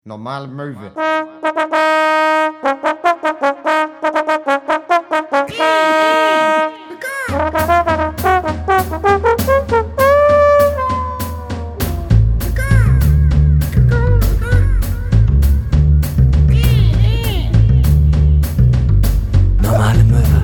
Normale Möwe. Normale Möwe.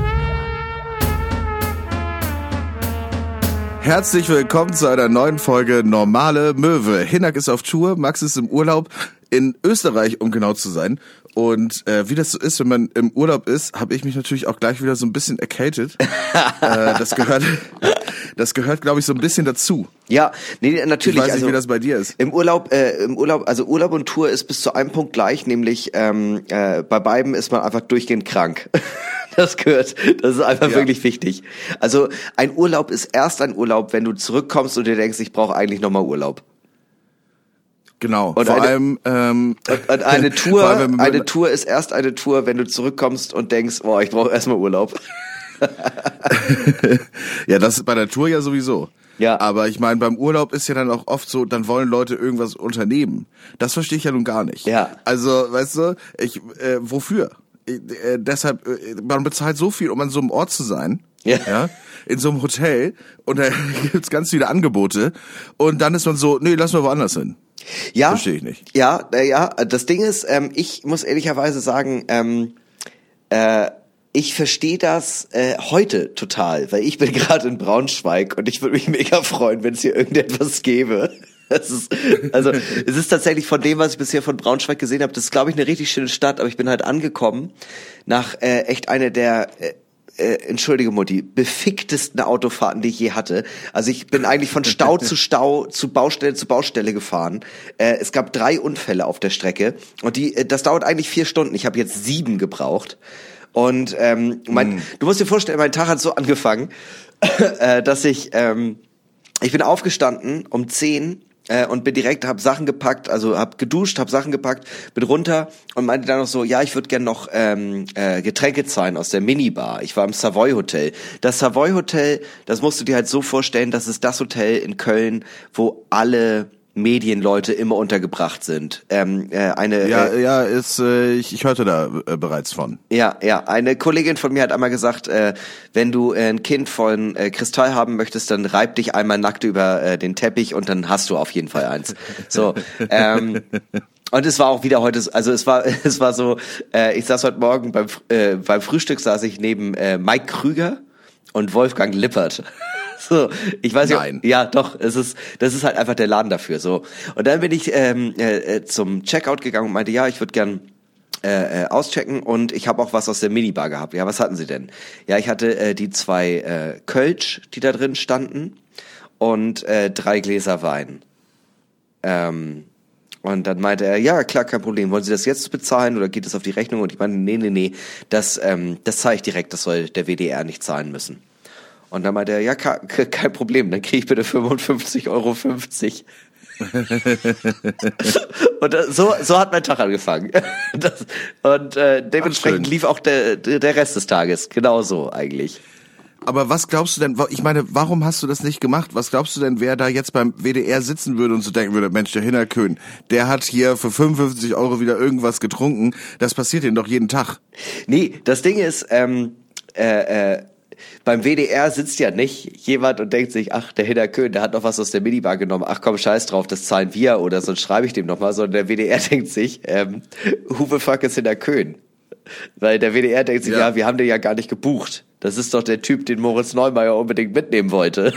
Herzlich willkommen zu einer neuen Folge Normale Möwe. Hinak ist auf Tour, Max ist im Urlaub in Österreich, um genau zu sein. Und wie das so ist, wenn man im Urlaub ist, habe ich mich natürlich auch gleich wieder so ein bisschen erkältet. Das gehört, glaube ich, so ein bisschen dazu. Ja, nee, natürlich. Ich weiß nicht, wie das bei dir ist. Im Urlaub, also Urlaub und Tour ist bis zu einem Punkt gleich, nämlich bei beiden ist man einfach durchgehend krank. Das ist einfach wirklich wichtig. Also ein Urlaub ist erst ein Urlaub, wenn du zurückkommst und dir denkst, ich brauche eigentlich nochmal Urlaub. Genau. Und vor allem eine Tour ist erst eine Tour, wenn du zurückkommst und denkst, boah, ich brauche erstmal Urlaub. Ja, das ist bei der Tour ja sowieso. Ja. Aber ich meine, beim Urlaub ist ja dann auch oft so, dann wollen Leute irgendwas unternehmen. Das verstehe ich ja nun gar nicht. Ja. Also, weißt du, wofür? Deshalb, man bezahlt so viel, um an so einem Ort zu sein. Ja, in so einem Hotel. Und da gibt's ganz viele Angebote. Und dann ist man so, nee, lass mal woanders hin. Ja. Verstehe ich nicht. Ja, das Ding ist, ich muss ehrlicherweise sagen, ich verstehe das heute total, weil ich bin gerade in Braunschweig und ich würde mich mega freuen, wenn es hier irgendetwas gäbe. Es ist tatsächlich von dem, was ich bisher von Braunschweig gesehen habe, das ist, glaube ich, eine richtig schöne Stadt, aber ich bin halt angekommen nach echt einer der entschuldige Mutti, beficktesten Autofahrten, die ich je hatte. Also ich bin eigentlich von Stau zu Stau, zu Baustelle gefahren. Es gab 3 Unfälle auf der Strecke und das dauert eigentlich 4 Stunden. Ich habe jetzt 7 gebraucht. Und du musst dir vorstellen, mein Tag hat so angefangen, dass ich bin aufgestanden um 10 und bin direkt, hab Sachen gepackt, also hab geduscht, hab Sachen gepackt, bin runter und meinte dann noch so, ja, ich würde gern noch Getränke zahlen aus der Minibar. Ich war im Savoy Hotel. Das Savoy Hotel, das musst du dir halt so vorstellen, das ist das Hotel in Köln, wo alle Medienleute immer untergebracht sind. Ich hörte da bereits von. Ja, eine Kollegin von mir hat einmal gesagt, wenn du ein Kind von Kristall haben möchtest, dann reib dich einmal nackt über den Teppich und dann hast du auf jeden Fall eins. So, und es war auch wieder heute, also es war so, ich saß heute Morgen beim Frühstück saß ich neben Mike Krüger und Wolfgang Lippert. So, ich weiß nicht, ja doch, das ist halt einfach der Laden dafür, so. Und dann bin ich zum Checkout gegangen und meinte, ja, ich würde gern auschecken und ich habe auch was aus der Minibar gehabt. Ja, was hatten Sie denn? Ja, ich hatte die 2 Kölsch, die da drin standen und 3 Gläser Wein. Und dann meinte er, ja, klar, kein Problem. Wollen Sie das jetzt bezahlen oder geht das auf die Rechnung? Und ich meinte, nee, das zahle ich direkt, das soll der WDR nicht zahlen müssen. Und dann meinte er, ja, kein Problem, dann kriege ich bitte 55,50 Euro. Und so hat mein Tag angefangen. Dementsprechend lief auch der Rest des Tages genauso eigentlich. Aber was glaubst du denn, ich meine, warum hast du das nicht gemacht? Was glaubst du denn, wer da jetzt beim WDR sitzen würde und so denken würde, Mensch, der Hinak Köhn, der hat hier für 55 Euro wieder irgendwas getrunken, das passiert ihm doch jeden Tag. Nee, das Ding ist, beim WDR sitzt ja nicht jemand und denkt sich, ach, der Hinak Köhn, der hat noch was aus der Minibar genommen, ach komm, scheiß drauf, das zahlen wir oder sonst schreibe ich dem nochmal, sondern der WDR denkt sich, who the fuck is Hinak Köhn? Weil der WDR denkt sich, ja, wir haben den ja gar nicht gebucht. Das ist doch der Typ, den Moritz Neumeier unbedingt mitnehmen wollte.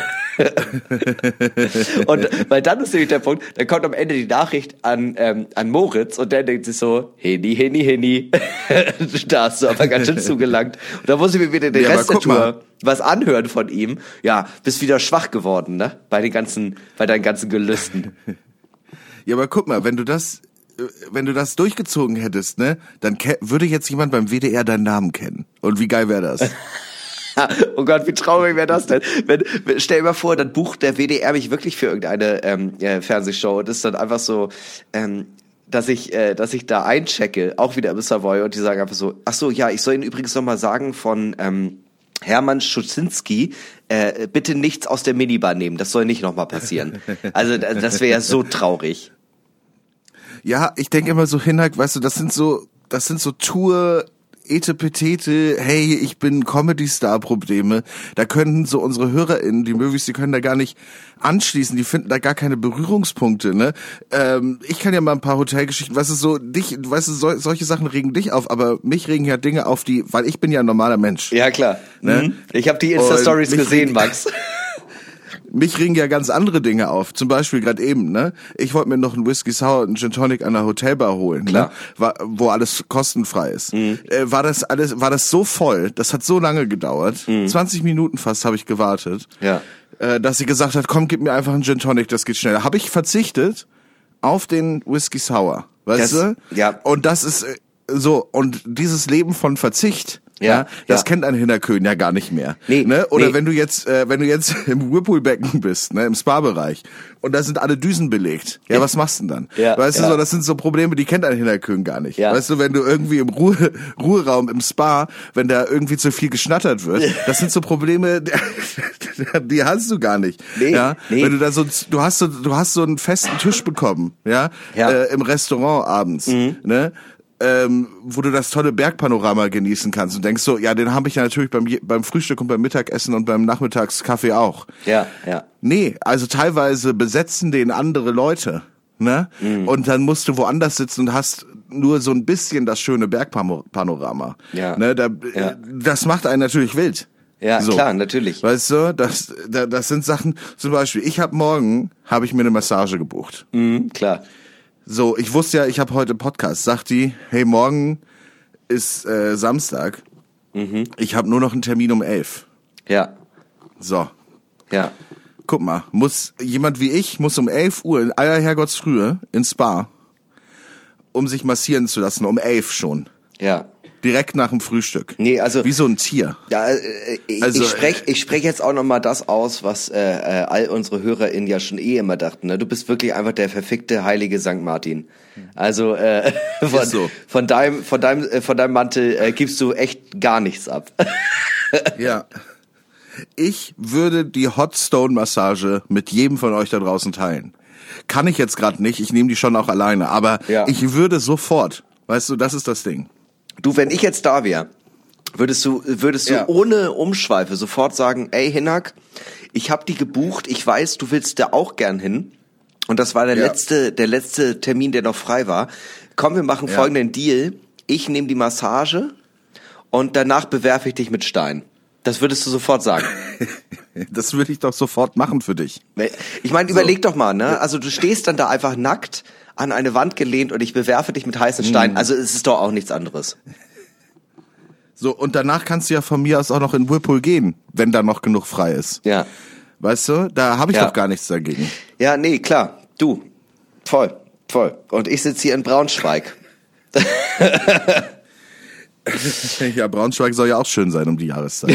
Und weil dann ist nämlich der Punkt, dann kommt am Ende die Nachricht an Moritz und der denkt sich so, Henny, da hast du aber ganz schön zugelangt. Und da muss ich mir wieder den Rest der Tour was anhören von ihm. Ja, bist wieder schwach geworden, ne? Bei deinen ganzen Gelüsten. Ja, aber guck mal, wenn du das durchgezogen hättest, ne, dann würde jetzt jemand beim WDR deinen Namen kennen. Und wie geil wäre das? Oh Gott, wie traurig wäre das denn? Stell dir mal vor, dann bucht der WDR mich wirklich für irgendeine Fernsehshow und ist dann einfach so, dass ich da einchecke, auch wieder im Savoy und die sagen einfach so, ach so, ja, ich soll Ihnen übrigens nochmal sagen von Hermann Schuczynski, bitte nichts aus der Minibar nehmen, das soll nicht nochmal passieren. Also das wäre ja so traurig. Ja, ich denke immer so, Hinak, weißt du, das sind so Tour Etepetete, hey, ich bin Comedy-Star-Probleme. Da können so unsere HörerInnen, die Movies, die können da gar nicht anschließen, die finden da gar keine Berührungspunkte, ne? Ich kann ja mal ein paar Hotelgeschichten, solche Sachen regen dich auf, aber mich regen ja Dinge auf, weil ich bin ja ein normaler Mensch. Ja, klar. Ne? Ich habe die Insta-Stories gesehen, Max. Mich regen ja ganz andere Dinge auf. Zum Beispiel gerade eben, ne? Ich wollte mir noch einen Whisky Sour und einen Gin Tonic an der Hotelbar holen, ne? Wo alles kostenfrei ist. War das so voll, das hat so lange gedauert, 20 Minuten fast habe ich gewartet, dass sie gesagt hat, komm, gib mir einfach einen Gin Tonic, das geht schneller. Habe ich verzichtet auf den Whisky Sour, weißt du? Ja. Und das ist so, und dieses Leben von Verzicht, das kennt ein Hinnerkön ja gar nicht mehr. Nee, ne? Oder wenn du jetzt im Whirlpool-Becken bist, ne, im Spa-Bereich, und da sind alle Düsen belegt. Ja, was machst du denn dann? Ja, weißt du so, das sind so Probleme, die kennt ein Hinnerkön gar nicht. Ja. Weißt du, wenn du irgendwie im Ruheraum im Spa, wenn da irgendwie zu viel geschnattert wird, das sind so Probleme, die hast du gar nicht. Nee, ja? Nee. Wenn du da du hast so einen festen Tisch bekommen, im Restaurant abends, ne? Wo du das tolle Bergpanorama genießen kannst und denkst so, ja, den habe ich ja natürlich beim Frühstück und beim Mittagessen und beim Nachmittagskaffee auch. Ja. Nee, also teilweise besetzen den andere Leute, ne? Und dann musst du woanders sitzen und hast nur so ein bisschen das schöne Bergpanorama. Ja. Ne? Das macht einen natürlich wild. Ja, so. Klar, natürlich. Weißt du, das sind Sachen, zum Beispiel, morgen habe ich mir eine Massage gebucht. Klar. So, ich wusste ja, ich habe heute Podcast. Sagt die, hey, morgen ist Samstag. Ich habe nur noch einen Termin um 11. Ja. So. Ja. Guck mal, jemand wie ich muss um 11 Uhr in aller Herrgottsfrühe ins Spa, um sich massieren zu lassen, um 11 schon. Ja. Direkt nach dem Frühstück. Nee, also wie so ein Tier. Ja, ich sprech jetzt auch noch mal das aus, was all unsere HörerInnen ja schon immer dachten. Ne? Du bist wirklich einfach der verfickte heilige St. Martin. Also von deinem Mantel gibst du echt gar nichts ab. Ja. Ich würde die Hot Stone Massage mit jedem von euch da draußen teilen. Kann ich jetzt gerade nicht. Ich nehme die schon auch alleine. Aber ich würde sofort. Weißt du, das ist das Ding. Du, wenn ich jetzt da wäre, würdest du ohne Umschweife sofort sagen, ey Hinak, ich habe die gebucht, ich weiß, du willst da auch gern hin. Und das war der letzte Termin, der noch frei war. Komm, wir machen folgenden Deal. Ich nehme die Massage und danach bewerfe ich dich mit Stein. Das würdest du sofort sagen. Das würde ich doch sofort machen für dich. Ich meine, überleg doch mal, ne? Also du stehst dann da einfach nackt an eine Wand gelehnt und ich bewerfe dich mit heißen Steinen. Also es ist doch auch nichts anderes. So, und danach kannst du ja von mir aus auch noch in Whirlpool gehen, wenn da noch genug frei ist. Ja. Weißt du, da habe ich doch gar nichts dagegen. Ja, nee, klar. Du, voll. Und ich sitze hier in Braunschweig. Ja, Braunschweig soll ja auch schön sein um die Jahreszeit.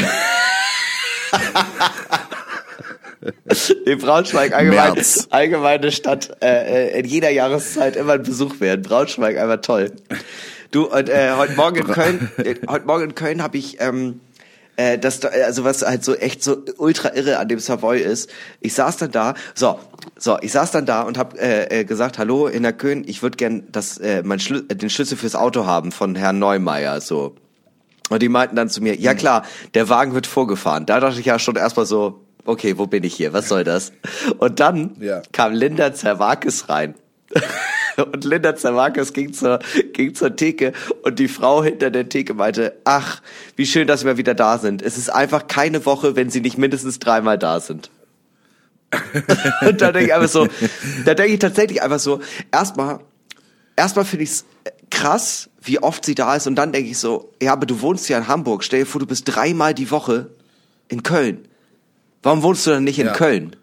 In Braunschweig allgemeine Stadt, in jeder Jahreszeit immer ein Besuch werden. Braunschweig einfach toll. Du, und heute Morgen in Köln habe ich was halt so echt so ultra irre an dem Savoy ist. Ich saß dann da und habe gesagt, hallo in der Köln, ich würde gern den Schlüssel fürs Auto haben von Herrn Neumeier, so. Und die meinten dann zu mir, ja klar, der Wagen wird vorgefahren. Da dachte ich ja schon erstmal so, okay, wo bin ich hier? Was soll das? Und dann kam Linda Zerwakis rein. Und Linda Zerwakis ging zur Theke und die Frau hinter der Theke meinte, ach, wie schön, dass wir wieder da sind. Es ist einfach keine Woche, wenn sie nicht mindestens 3-mal da sind. Und da denke ich tatsächlich einfach so, erstmal finde ich es krass, wie oft sie da ist, und dann denke ich so, ja, aber du wohnst ja in Hamburg, stell dir vor, du bist 3-mal die Woche in Köln. Warum wohnst du dann nicht in Köln?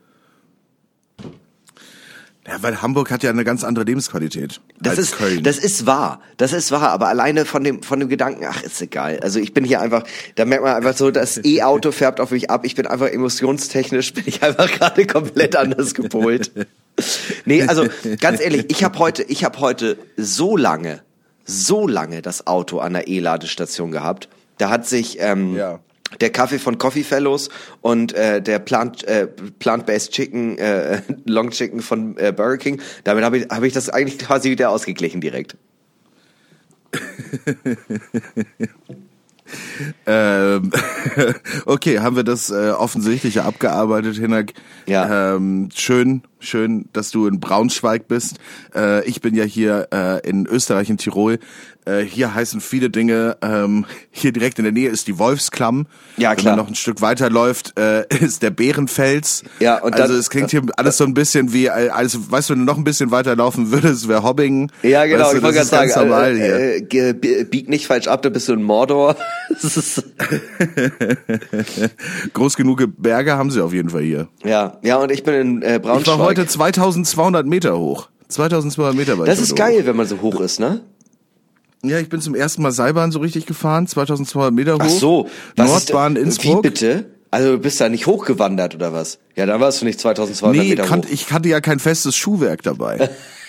Ja, weil Hamburg hat ja eine ganz andere Lebensqualität als Köln. Das ist wahr, aber alleine von dem Gedanken, ach, ist egal. Also ich bin hier einfach, da merkt man einfach so, das E-Auto färbt auf mich ab. Ich bin einfach emotionstechnisch, bin ich einfach gerade komplett anders gepolt. Nee, also ganz ehrlich, ich habe heute so lange das Auto an der E-Ladestation gehabt. Da hat sich der Kaffee von Coffee Fellows und der Plant-Based Chicken, Long Chicken von Burger King. Damit hab ich das eigentlich quasi wieder ausgeglichen direkt. Okay, haben wir das Offensichtliche abgearbeitet, Hinak. Ja. Schön, dass du in Braunschweig bist. Ich bin ja hier in Österreich, in Tirol. Hier heißen viele Dinge. Hier direkt in der Nähe ist die Wolfsklamm. Ja, klar. Wenn man noch ein Stück weiterläuft, ist der Bärenfels. Ja, und also es klingt hier alles so ein bisschen wie, also weißt du, wenn du noch ein bisschen weiterlaufen würdest, wäre Hobbingen. Ja, genau, weißt du, ich wollte gerade sagen, normal hier. Bieg nicht falsch ab, da bist du in Mordor. Groß genug Berge haben sie auf jeden Fall hier. Ja, und ich bin in Braunschweig. Ich war heute 2200 Meter hoch. 2200 Meter war ich. Das ist geil, wenn man so hoch ist, ne? Ja, ich bin zum ersten Mal Seilbahn so richtig gefahren, 2200 Meter hoch. Ach so. Nordbahn Innsbruck. Wie bitte? Also du bist da nicht hochgewandert oder was? Ja, dann warst du nicht 2200 Meter hoch. Ich hatte ja kein festes Schuhwerk dabei.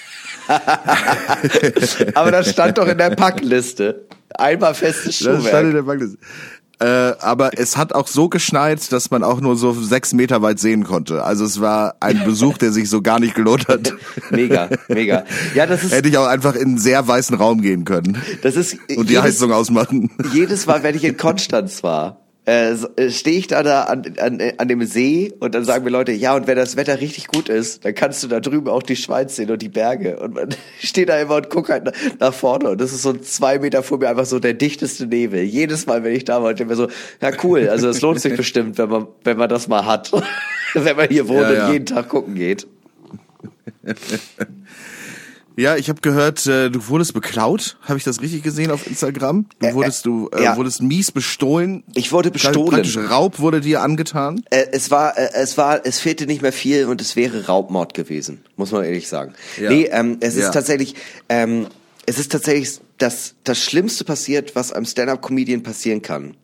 Aber das stand doch in der Packliste. Einmal festes Schuhwerk. Das stand in der Packliste. Aber es hat auch so geschneit, dass man auch nur so 6 Meter weit sehen konnte. Also es war ein Besuch, der sich so gar nicht gelohnt hat. Mega. Ja, das ist. Hätte ich auch einfach in einen sehr weißen Raum gehen können. Das ist. Und die Heizung ausmachen. Jedes Mal, wenn ich in Konstanz war, stehe ich da an dem See und dann sagen mir Leute, ja, und wenn das Wetter richtig gut ist, dann kannst du da drüben auch die Schweiz sehen und die Berge. Und man steht da immer und guckt halt nach vorne und das ist so 2 Meter vor mir einfach so der dichteste Nebel. Jedes Mal, wenn ich da war, denke ich mir so, ja cool, also es lohnt sich bestimmt, wenn man das mal hat. Wenn man hier wohnt und jeden Tag gucken geht. Ja, ich habe gehört, du wurdest beklaut. Habe ich das richtig gesehen auf Instagram? Du wurdest mies bestohlen. Ich wurde bestohlen. Praktisch Raub wurde dir angetan. Es fehlte nicht mehr viel und es wäre Raubmord gewesen, muss man ehrlich sagen. Ja. Nee, es ist tatsächlich das Schlimmste passiert, was einem Stand-up-Comedian passieren kann.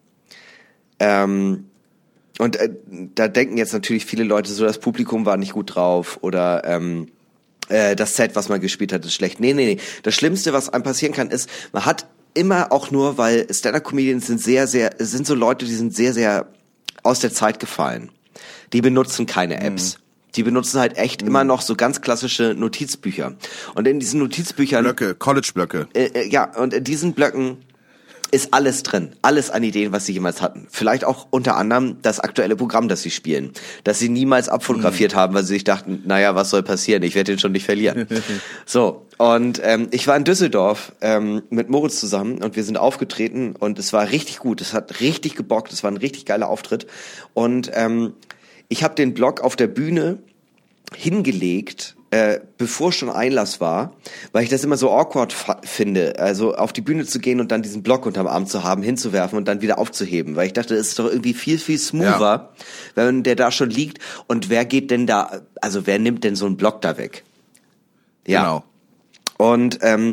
Und da denken jetzt natürlich viele Leute so, das Publikum war nicht gut drauf oder das Set, was man gespielt hat, ist schlecht. Nee. Das Schlimmste, was einem passieren kann, ist, man hat immer auch nur, weil Stand-up-Comedians sind so Leute, die sind sehr, sehr aus der Zeit gefallen. Die benutzen keine Apps. Die benutzen halt echt immer noch so ganz klassische Notizbücher. Und in diesen Notizbüchern... College-Blöcke. Ja, und in diesen Blöcken ist alles drin. Alles an Ideen, was sie jemals hatten. Vielleicht auch unter anderem das aktuelle Programm, das sie spielen. Das sie niemals abfotografiert haben, weil sie sich dachten, naja, was soll passieren? Ich werde den schon nicht verlieren. So, und ich war in Düsseldorf mit Moritz zusammen und wir sind aufgetreten und es war richtig gut. Es hat richtig gebockt. Es war ein richtig geiler Auftritt. Und ich habe den Blog auf der Bühne hingelegt, bevor schon Einlass war, weil ich das immer so awkward finde, also auf die Bühne zu gehen und dann diesen Block unterm Arm zu haben, hinzuwerfen und dann wieder aufzuheben, weil ich dachte, das ist doch irgendwie viel, viel smoother, wenn der da schon liegt und wer nimmt denn so einen Block da weg? Ja. Genau. Und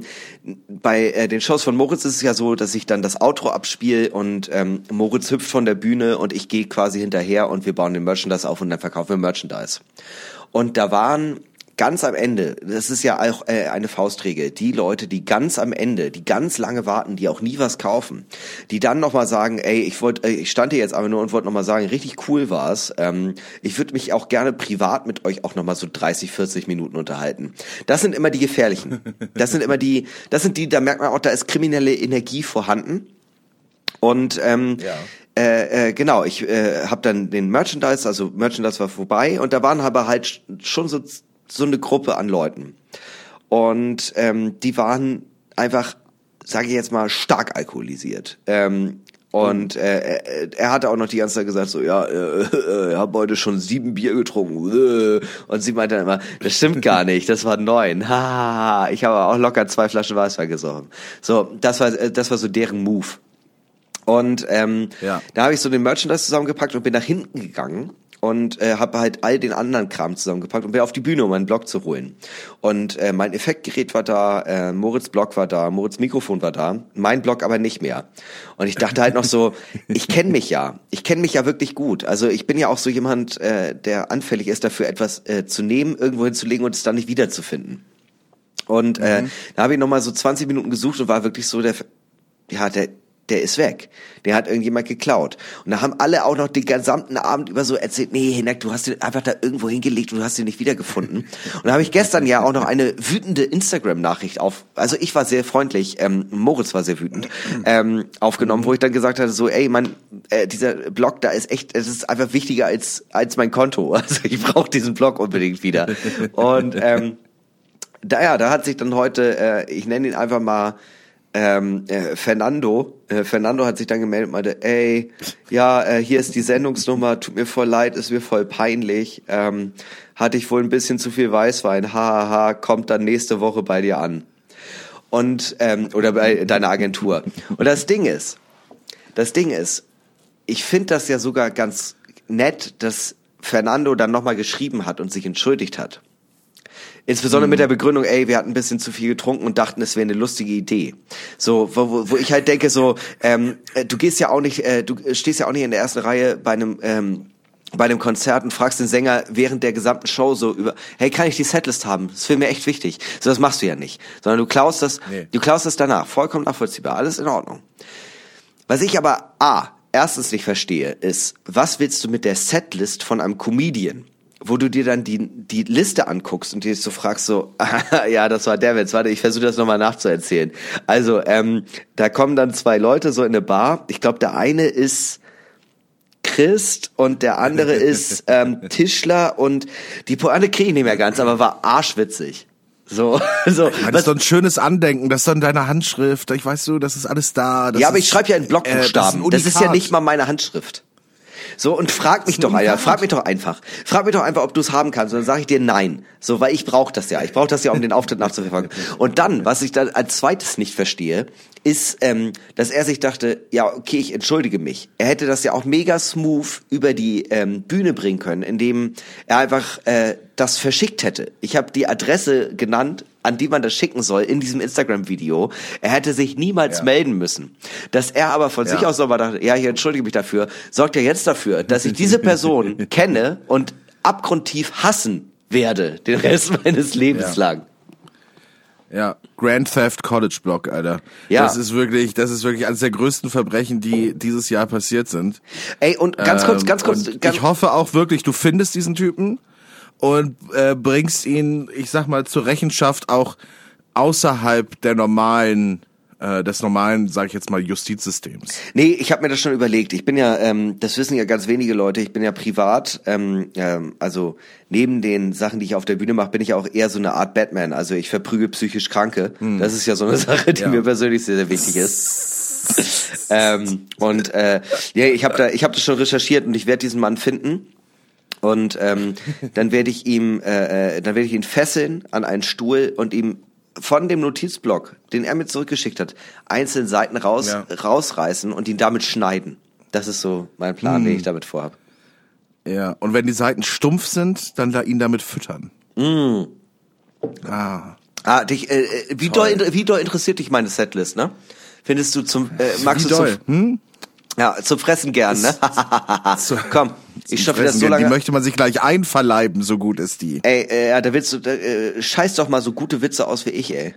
bei den Shows von Moritz ist es ja so, dass ich dann das Outro abspiele und Moritz hüpft von der Bühne und ich gehe quasi hinterher und wir bauen den Merchandise auf und dann verkaufen wir Merchandise. Und da waren ganz am Ende, das ist ja auch eine Faustregel, die Leute, die ganz am Ende, die ganz lange warten, die auch nie was kaufen, die dann nochmal sagen, ey, ich stand hier jetzt aber nur und wollte nochmal sagen, richtig cool war's. Ich würde mich auch gerne privat mit euch auch nochmal so 30, 40 Minuten unterhalten. Das sind immer die Gefährlichen. Das sind die, da merkt man auch, da ist kriminelle Energie vorhanden. Und genau, ich habe dann den Merchandise, also Merchandise war vorbei und da waren aber halt schon so eine Gruppe an Leuten. Und die waren einfach, sage ich jetzt mal, stark alkoholisiert. Und er hatte auch noch die ganze Zeit gesagt, so, ja, ich habe heute schon 7 Bier getrunken. Und sie meinte dann immer, das stimmt gar nicht, das waren 9. Ha, ich habe auch locker 2 Flaschen Weißwein gesoffen. So, das war so deren Move. Und da habe ich so den Merchandise zusammengepackt und bin nach hinten gegangen und habe halt all den anderen Kram zusammengepackt und bin auf die Bühne, um meinen Blog zu holen. Und mein Effektgerät war da, Moritz' Blog war da, Moritz' Mikrofon war da, mein Blog aber nicht mehr. Und ich dachte halt noch so, ich kenne mich ja wirklich gut. Also ich bin ja auch so jemand, der anfällig ist dafür, etwas zu nehmen, irgendwo hinzulegen und es dann nicht wiederzufinden. Und da habe ich nochmal so 20 Minuten gesucht und war wirklich so der ist weg. Den hat irgendjemand geklaut. Und da haben alle auch noch den gesamten Abend über so erzählt, nee, Hinak, du hast den einfach da irgendwo hingelegt und du hast ihn nicht wiedergefunden. Und da habe ich gestern ja auch noch eine wütende Instagram-Nachricht also ich war sehr freundlich, Moritz war sehr wütend, aufgenommen, wo ich dann gesagt hatte, so, ey, dieser Blog da ist echt, es ist einfach wichtiger als mein Konto. Also ich brauche diesen Blog unbedingt wieder. Und da hat sich dann heute, ich nenne ihn einfach mal Fernando hat sich dann gemeldet und meinte, ey, ja, hier ist die Sendungsnummer, tut mir voll leid, ist mir voll peinlich, hatte ich wohl ein bisschen zu viel Weißwein, hahaha, kommt dann nächste Woche bei dir an. Und, oder bei deiner Agentur. Und das Ding ist, ich finde das ja sogar ganz nett, dass Fernando dann nochmal geschrieben hat und sich entschuldigt hat. Insbesondere mit der Begründung, ey, wir hatten ein bisschen zu viel getrunken und dachten, es wäre eine lustige Idee. So, wo ich halt denke, so, du stehst ja auch nicht in der ersten Reihe bei einem Konzert und fragst den Sänger während der gesamten Show so über, hey, kann ich die Setlist haben? Das wäre mir echt wichtig. So, das machst du ja nicht. Sondern du klaust das danach. Vollkommen nachvollziehbar. Alles in Ordnung. Was ich aber, erstens nicht verstehe, ist, was willst du mit der Setlist von einem Comedian? Wo du dir dann die Liste anguckst und dir so fragst so, ja, das war der Witz, warte, ich versuche das nochmal nachzuerzählen. Also, da kommen dann zwei Leute so in eine Bar, ich glaube, der eine ist Christ und der andere ist Tischler und die Pointe kriege ich nicht mehr ganz, aber war arschwitzig. So. Das ist doch ein schönes Andenken, das ist dann deine Handschrift, ich weiß so, das ist alles da. Ja, aber ich schreibe ja in Blockbuchstaben, das ist ja nicht mal meine Handschrift. So, und frag mich doch einfach, ob du es haben kannst. Und dann sage ich dir nein. So, weil ich brauche das ja. Ich brauche das ja, um den Auftritt nachzuverfolgen. Und dann, was ich dann als zweites nicht verstehe, ist, dass er sich dachte, ja, okay, ich entschuldige mich. Er hätte das ja auch mega smooth über die Bühne bringen können, indem er einfach das verschickt hätte. Ich habe die Adresse genannt, an die man das schicken soll in diesem Instagram-Video. Er hätte sich niemals melden müssen. Dass er aber von sich aus aber dachte, ja, ich entschuldige mich dafür, sorgt ja jetzt dafür, dass ich diese Person kenne und abgrundtief hassen werde, den Rest meines Lebens lang. Ja, Grand Theft College Block, Alter. Ja. Das ist wirklich eines der größten Verbrechen, die dieses Jahr passiert sind. Ey, und ganz kurz. Ich hoffe auch wirklich, du findest diesen Typen und bringst ihn, ich sag mal, zur Rechenschaft auch außerhalb des normalen, sag ich jetzt mal, Justizsystems. Nee, ich habe mir das schon überlegt. Ich bin ja, das wissen ja ganz wenige Leute, ich bin ja privat, also neben den Sachen, die ich auf der Bühne mache, bin ich auch eher so eine Art Batman. Also ich verprügel psychisch Kranke. Das ist ja so eine Sache, die mir persönlich sehr, sehr wichtig ist. Ich habe das schon recherchiert und ich werde diesen Mann finden. Und dann werde ich ihn fesseln an einen Stuhl und ihm von dem Notizblock, den er mir zurückgeschickt hat, einzelne Seiten rausreißen und ihn damit schneiden. Das ist so mein Plan, den ich damit vorhab. Ja, und wenn die Seiten stumpf sind, dann ihn damit füttern. Wie doll interessiert dich meine Setlist, ne? Findest du magst du zum Fressen gern, ne? Komm, ich schaffe das so lange. Die möchte man sich gleich einverleiben, so gut ist die. Ey, da willst du, scheiß doch mal so gute Witze aus wie ich, ey.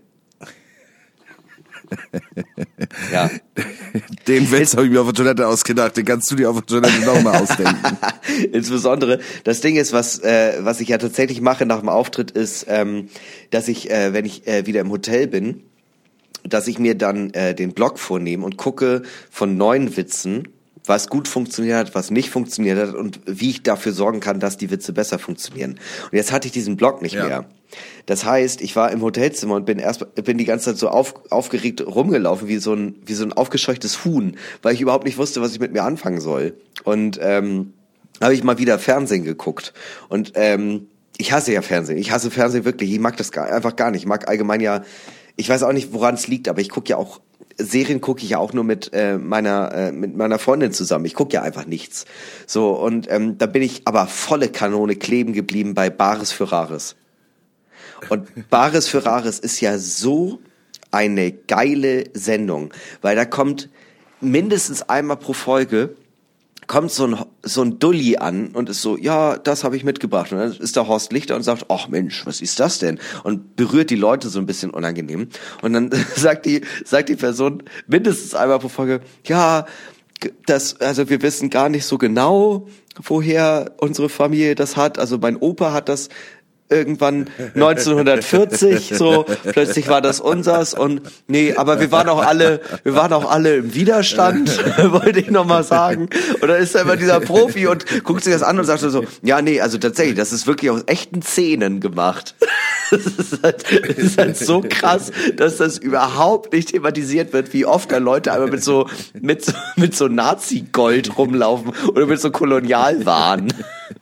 Ja. Den Witz habe ich mir auf der Toilette ausgedacht, den kannst du dir auf der Toilette nochmal ausdenken. Insbesondere, das Ding ist, was ich ja tatsächlich mache nach dem Auftritt, ist, dass ich, wenn ich wieder im Hotel bin, dass ich mir dann den Blog vornehme und gucke von neuen Witzen, was gut funktioniert hat, was nicht funktioniert hat und wie ich dafür sorgen kann, dass die Witze besser funktionieren. Und jetzt hatte ich diesen Blog nicht mehr. Das heißt, ich war im Hotelzimmer und bin die ganze Zeit so aufgeregt rumgelaufen wie so ein aufgescheuchtes Huhn, weil ich überhaupt nicht wusste, was ich mit mir anfangen soll. Und habe ich mal wieder Fernsehen geguckt und ich hasse ja Fernsehen. Ich hasse Fernsehen wirklich. Ich mag das einfach gar nicht. Ich mag allgemein ja. Ich weiß auch nicht, woran es liegt, aber Serien gucke ich ja auch nur mit meiner Freundin zusammen. Ich gucke ja einfach nichts. So, und da bin ich aber volle Kanone kleben geblieben bei Bares für Rares. Und Bares für Rares ist ja so eine geile Sendung, weil da kommt mindestens einmal pro Folge kommt so ein Dulli an und ist so, ja, das habe ich mitgebracht. Und dann ist der Horst Lichter und sagt, ach Mensch, was ist das denn? Und berührt die Leute so ein bisschen unangenehm. Und dann sagt die Person mindestens einmal pro Folge, ja, also wir wissen gar nicht so genau, woher unsere Familie das hat. Also mein Opa hat das irgendwann 1940, so plötzlich war das unsers und nee, aber wir waren auch alle im Widerstand, wollte ich nochmal sagen. Und dann ist da immer dieser Profi und guckt sich das an und sagt so, ja nee, also tatsächlich, das ist wirklich aus echten Szenen gemacht. Das ist halt so krass, dass das überhaupt nicht thematisiert wird, wie oft da Leute einmal mit so Nazi-Gold rumlaufen oder mit so Kolonialwahn.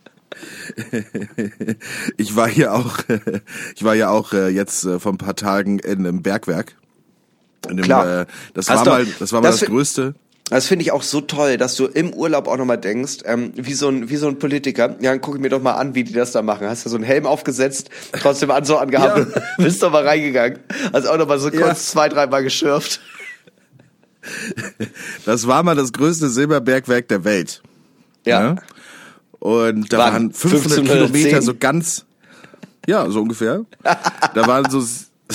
Ich war ja auch jetzt vor ein paar Tagen in einem Bergwerk. Klar. Das war mal das Größte. Das finde ich auch so toll, dass du im Urlaub auch nochmal denkst, wie so ein Politiker, ja, dann gucke ich mir doch mal an, wie die das da machen. Hast du so einen Helm aufgesetzt, trotzdem Anzug angehabt und bist doch mal reingegangen. Hast auch nochmal so kurz 2-3 Mal geschürft. Das war mal das größte Silberbergwerk der Welt. Ja. Und da waren 500 Kilometer so ganz, so ungefähr. Da waren so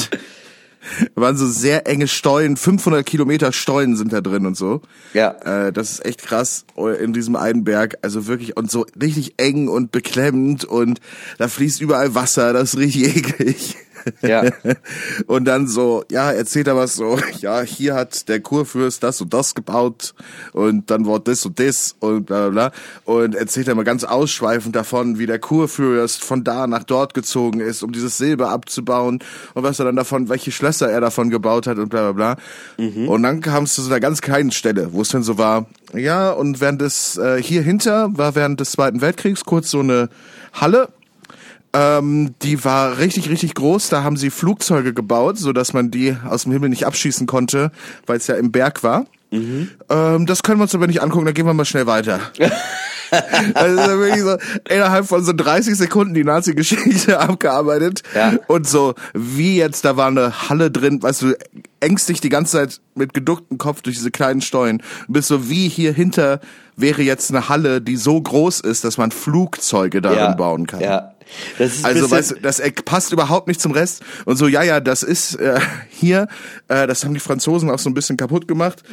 sehr enge Stollen, 500 Kilometer Stollen sind da drin und so. Ja. Das ist echt krass in diesem einen Berg, also wirklich und so richtig eng und beklemmend und da fließt überall Wasser, das ist richtig eklig. Ja. Und dann so, erzählt er was so, hier hat der Kurfürst das und das gebaut und dann war das und das und bla bla bla. Und erzählt er mal ganz ausschweifend davon, wie der Kurfürst von da nach dort gezogen ist, um dieses Silber abzubauen und was er dann davon, welche Schlösser er davon gebaut hat und bla bla bla. Mhm. Und dann kam es zu so einer ganz kleinen Stelle, wo es dann so war, und während des, hier hinter war während des Zweiten Weltkriegs kurz so eine Halle. Die war richtig, richtig groß. Da haben sie Flugzeuge gebaut, so dass man die aus dem Himmel nicht abschießen konnte, weil es ja im Berg war. Mhm. Das können wir uns aber nicht angucken, da gehen wir mal schnell weiter. Also wirklich so innerhalb von so 30 Sekunden die Nazi-Geschichte abgearbeitet. Ja. Und so, wie jetzt, da war eine Halle drin, weißt du, engst dich die ganze Zeit mit geducktem Kopf durch diese kleinen Stollen. Du bist so, wie hier hinter wäre jetzt eine Halle, die so groß ist, dass man Flugzeuge darin bauen kann. Ja. Das ist also, weißt du, das passt überhaupt nicht zum Rest. Und so, das ist hier, das haben die Franzosen auch so ein bisschen kaputt gemacht.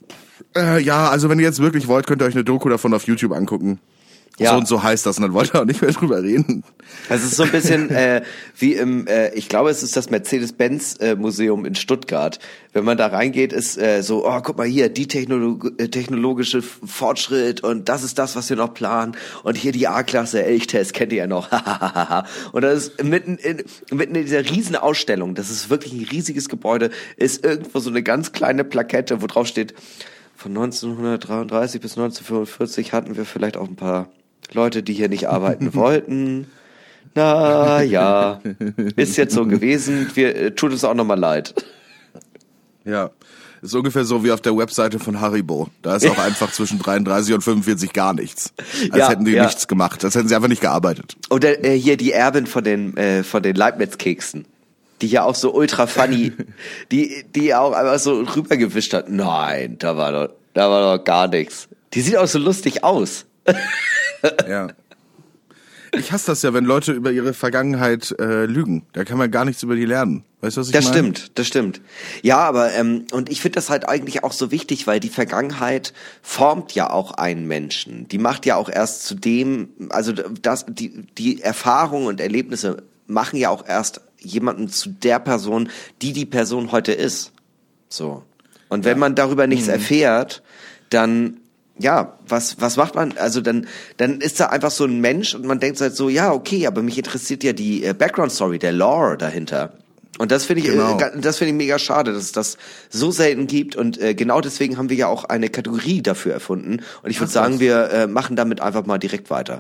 Also wenn ihr jetzt wirklich wollt, könnt ihr euch eine Doku davon auf YouTube angucken. Ja. So und so heißt das und dann wollt ihr auch nicht mehr drüber reden. Das ist so ein bisschen wie im, ich glaube, es ist das Mercedes-Benz-Museum in Stuttgart. Wenn man da reingeht, ist so, guck mal hier, die technologische Fortschritt und das ist das, was wir noch planen. Und hier die A-Klasse Elchtest, kennt ihr ja noch. Und das ist mitten in dieser riesen Ausstellung, das ist wirklich ein riesiges Gebäude, ist irgendwo so eine ganz kleine Plakette, wo drauf steht, von 1933 bis 1945 hatten wir vielleicht auch ein paar Leute, die hier nicht arbeiten wollten. Na ja, ist jetzt so gewesen. Tut uns auch nochmal leid. Ja, ist ungefähr so wie auf der Webseite von Haribo. Da ist auch einfach zwischen 33 und 45 gar nichts. Als hätten die nichts gemacht. Als hätten sie einfach nicht gearbeitet. Oder hier die Erbin von den Leibniz-Keksen. Die ja auch so ultra funny, die auch einfach so rübergewischt hat. Nein, da war doch gar nichts. Die sieht auch so lustig aus. Ja. Ich hasse das ja, wenn Leute über ihre Vergangenheit lügen. Da kann man gar nichts über die lernen. Weißt du, was ich meine? Das stimmt. Ja, aber und ich finde das halt eigentlich auch so wichtig, weil die Vergangenheit formt ja auch einen Menschen. Die macht ja auch erst zu dem, also die Erfahrungen und Erlebnisse machen ja auch erst jemanden zu der Person, die Person heute ist. So. Und wenn man darüber nichts erfährt, dann was macht man? Also dann ist da einfach so ein Mensch und man denkt halt so, ja, okay, aber mich interessiert ja die Background Story, der Lore dahinter. Und das finde ich mega schade, dass es das so selten gibt und genau deswegen haben wir ja auch eine Kategorie dafür erfunden und ich würde sagen, wir machen damit einfach mal direkt weiter.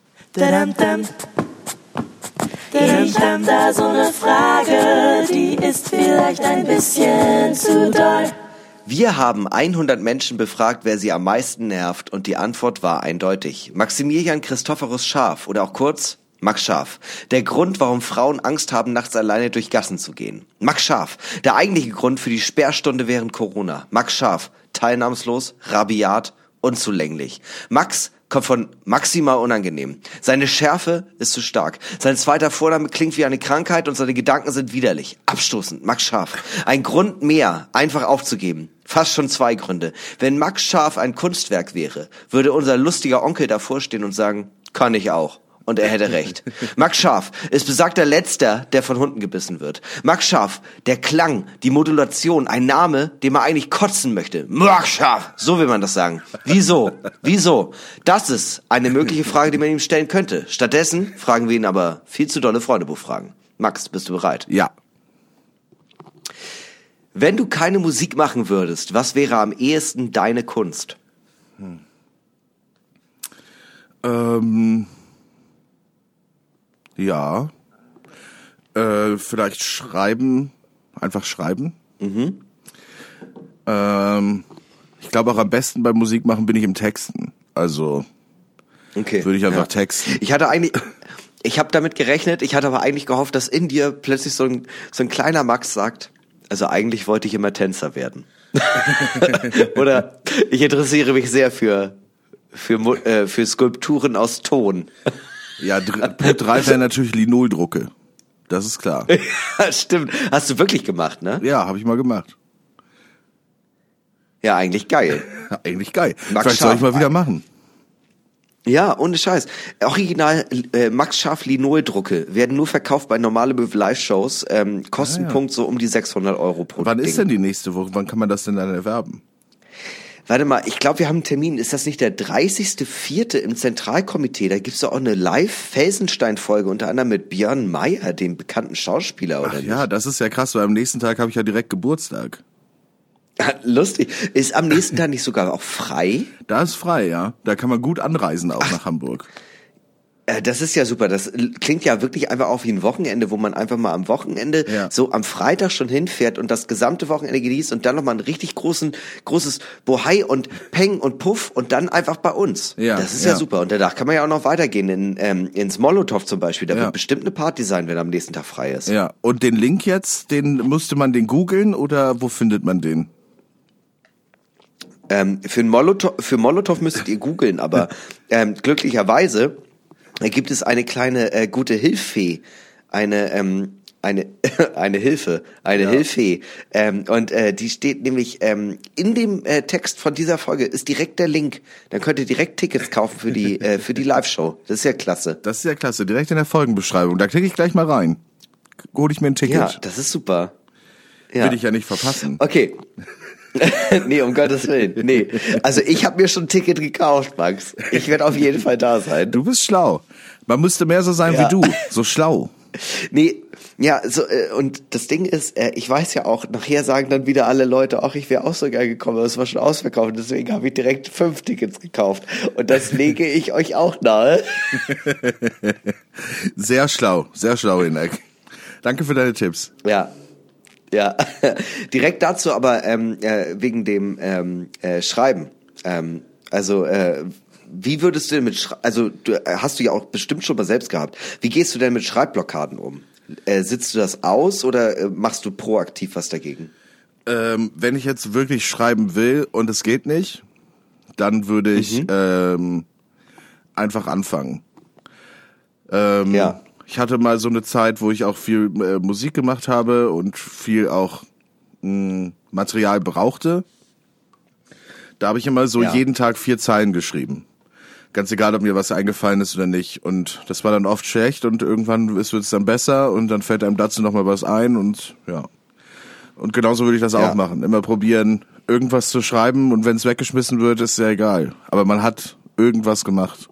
Ich hab da so eine Frage, die ist vielleicht ein bisschen zu doll. Wir haben 100 Menschen befragt, wer sie am meisten nervt und die Antwort war eindeutig. Maximilian Christophorus Scharf oder auch kurz Max Scharf. Der Grund, warum Frauen Angst haben, nachts alleine durch Gassen zu gehen. Max Scharf. Der eigentliche Grund für die Sperrstunde während Corona. Max Scharf. Teilnahmslos, rabiat unzulänglich. Max kommt von maximal unangenehm. Seine Schärfe ist zu stark. Sein zweiter Vorname klingt wie eine Krankheit und seine Gedanken sind widerlich. Abstoßend. Max Scharf. Ein Grund mehr, einfach aufzugeben. Fast schon 2 Gründe. Wenn Max Scharf ein Kunstwerk wäre, würde unser lustiger Onkel davor stehen und sagen, kann ich auch. Und er hätte recht. Max Scharf ist besagter Letzter, der von Hunden gebissen wird. Max Scharf, der Klang, die Modulation, ein Name, den man eigentlich kotzen möchte. Max Scharf, so will man das sagen. Wieso? Wieso? Das ist eine mögliche Frage, die man ihm stellen könnte. Stattdessen fragen wir ihn aber viel zu dolle Freundebuchfragen. Max, bist du bereit? Ja. Wenn du keine Musik machen würdest, was wäre am ehesten deine Kunst? Ja. Vielleicht schreiben. Einfach schreiben. Mhm. Ich glaube auch am besten beim Musik machen bin ich im Texten. Also würde ich einfach texten. Ich habe damit gerechnet, ich hatte aber eigentlich gehofft, dass in dir plötzlich so ein kleiner Max sagt, also eigentlich wollte ich immer Tänzer werden. Oder ich interessiere mich sehr für Skulpturen aus Ton. Ja, Punkt 3 wäre natürlich Linoldrucke. Das ist klar. Ja, stimmt. Hast du wirklich gemacht, ne? Ja, habe ich mal gemacht. Ja, eigentlich geil. Eigentlich geil. Vielleicht soll ich mal wieder machen. Ja, ohne Scheiß. Original Max Scharf Linoldrucke werden nur verkauft bei normale Live-Shows. Kostenpunkt so um die 600 Euro pro Wann Ding. ist denn die nächste Woche? Wann kann man das denn dann erwerben? Warte mal, ich glaube, wir haben einen Termin. Ist das nicht der 30.04. im Zentralkomitee? Da gibt's doch auch eine Live-Felsenstein-Folge, unter anderem mit Björn Mayer, dem bekannten Schauspieler, oder nicht? Ja, das ist ja krass, weil am nächsten Tag habe ich ja direkt Geburtstag. Lustig. Ist am nächsten Tag nicht sogar auch frei? Da ist frei, ja. Da kann man gut anreisen, auch nach Hamburg. Das ist ja super. Das klingt ja wirklich einfach auch wie ein Wochenende, wo man einfach mal am Wochenende so am Freitag schon hinfährt und das gesamte Wochenende genießt und dann nochmal ein richtig großes Bohai und Peng und Puff und dann einfach bei uns. Ja, das ist ja super. Und danach kann man ja auch noch weitergehen ins Molotow zum Beispiel. Da wird bestimmt eine Party sein, wenn am nächsten Tag frei ist. Ja. Und den Link jetzt, musste man den googeln oder wo findet man den? Für Molotow müsstet ihr googeln, aber glücklicherweise gibt es eine kleine gute Hilfee, eine Hilfe, Hilfe. Und die steht nämlich in dem Text von dieser Folge ist direkt der Link. Dann könnt ihr direkt Tickets kaufen für die Live-Show. Das ist ja klasse. Das ist ja klasse. Direkt in der Folgenbeschreibung. Da klicke ich gleich mal rein. Hol ich mir ein Ticket. Ja, das ist super. Ja. Will ich ja nicht verpassen. Okay. Nee, um Gottes Willen. Nee. Also ich habe mir schon ein Ticket gekauft, Max. Ich werde auf jeden Fall da sein. Du bist schlau. Man müsste mehr so sein wie du. So schlau. Nee, ja, so, und das Ding ist, ich weiß ja auch, nachher sagen dann wieder alle Leute, ach, ich wäre auch so gerne gekommen, aber es war schon ausverkauft, deswegen habe ich direkt 5 Tickets gekauft. Und das lege ich euch auch nahe. Sehr schlau, Hinek. Danke für deine Tipps. Ja. Ja, direkt dazu aber wegen dem Schreiben. Wie würdest du denn hast du ja auch bestimmt schon mal selbst gehabt. Wie gehst du denn mit Schreibblockaden um? Sitzt du das aus oder machst du proaktiv was dagegen? Wenn ich jetzt wirklich schreiben will und es geht nicht, dann würde ich einfach anfangen. Ja. Ich hatte mal so eine Zeit, wo ich auch viel Musik gemacht habe und viel auch Material brauchte. Da habe ich immer so jeden Tag 4 Zeilen geschrieben. Ganz egal, ob mir was eingefallen ist oder nicht. Und das war dann oft schlecht und irgendwann wird es dann besser und dann fällt einem dazu nochmal was ein und ja. Und genauso würde ich das auch machen. Immer probieren, irgendwas zu schreiben und wenn es weggeschmissen wird, ist ja egal. Aber man hat irgendwas gemacht.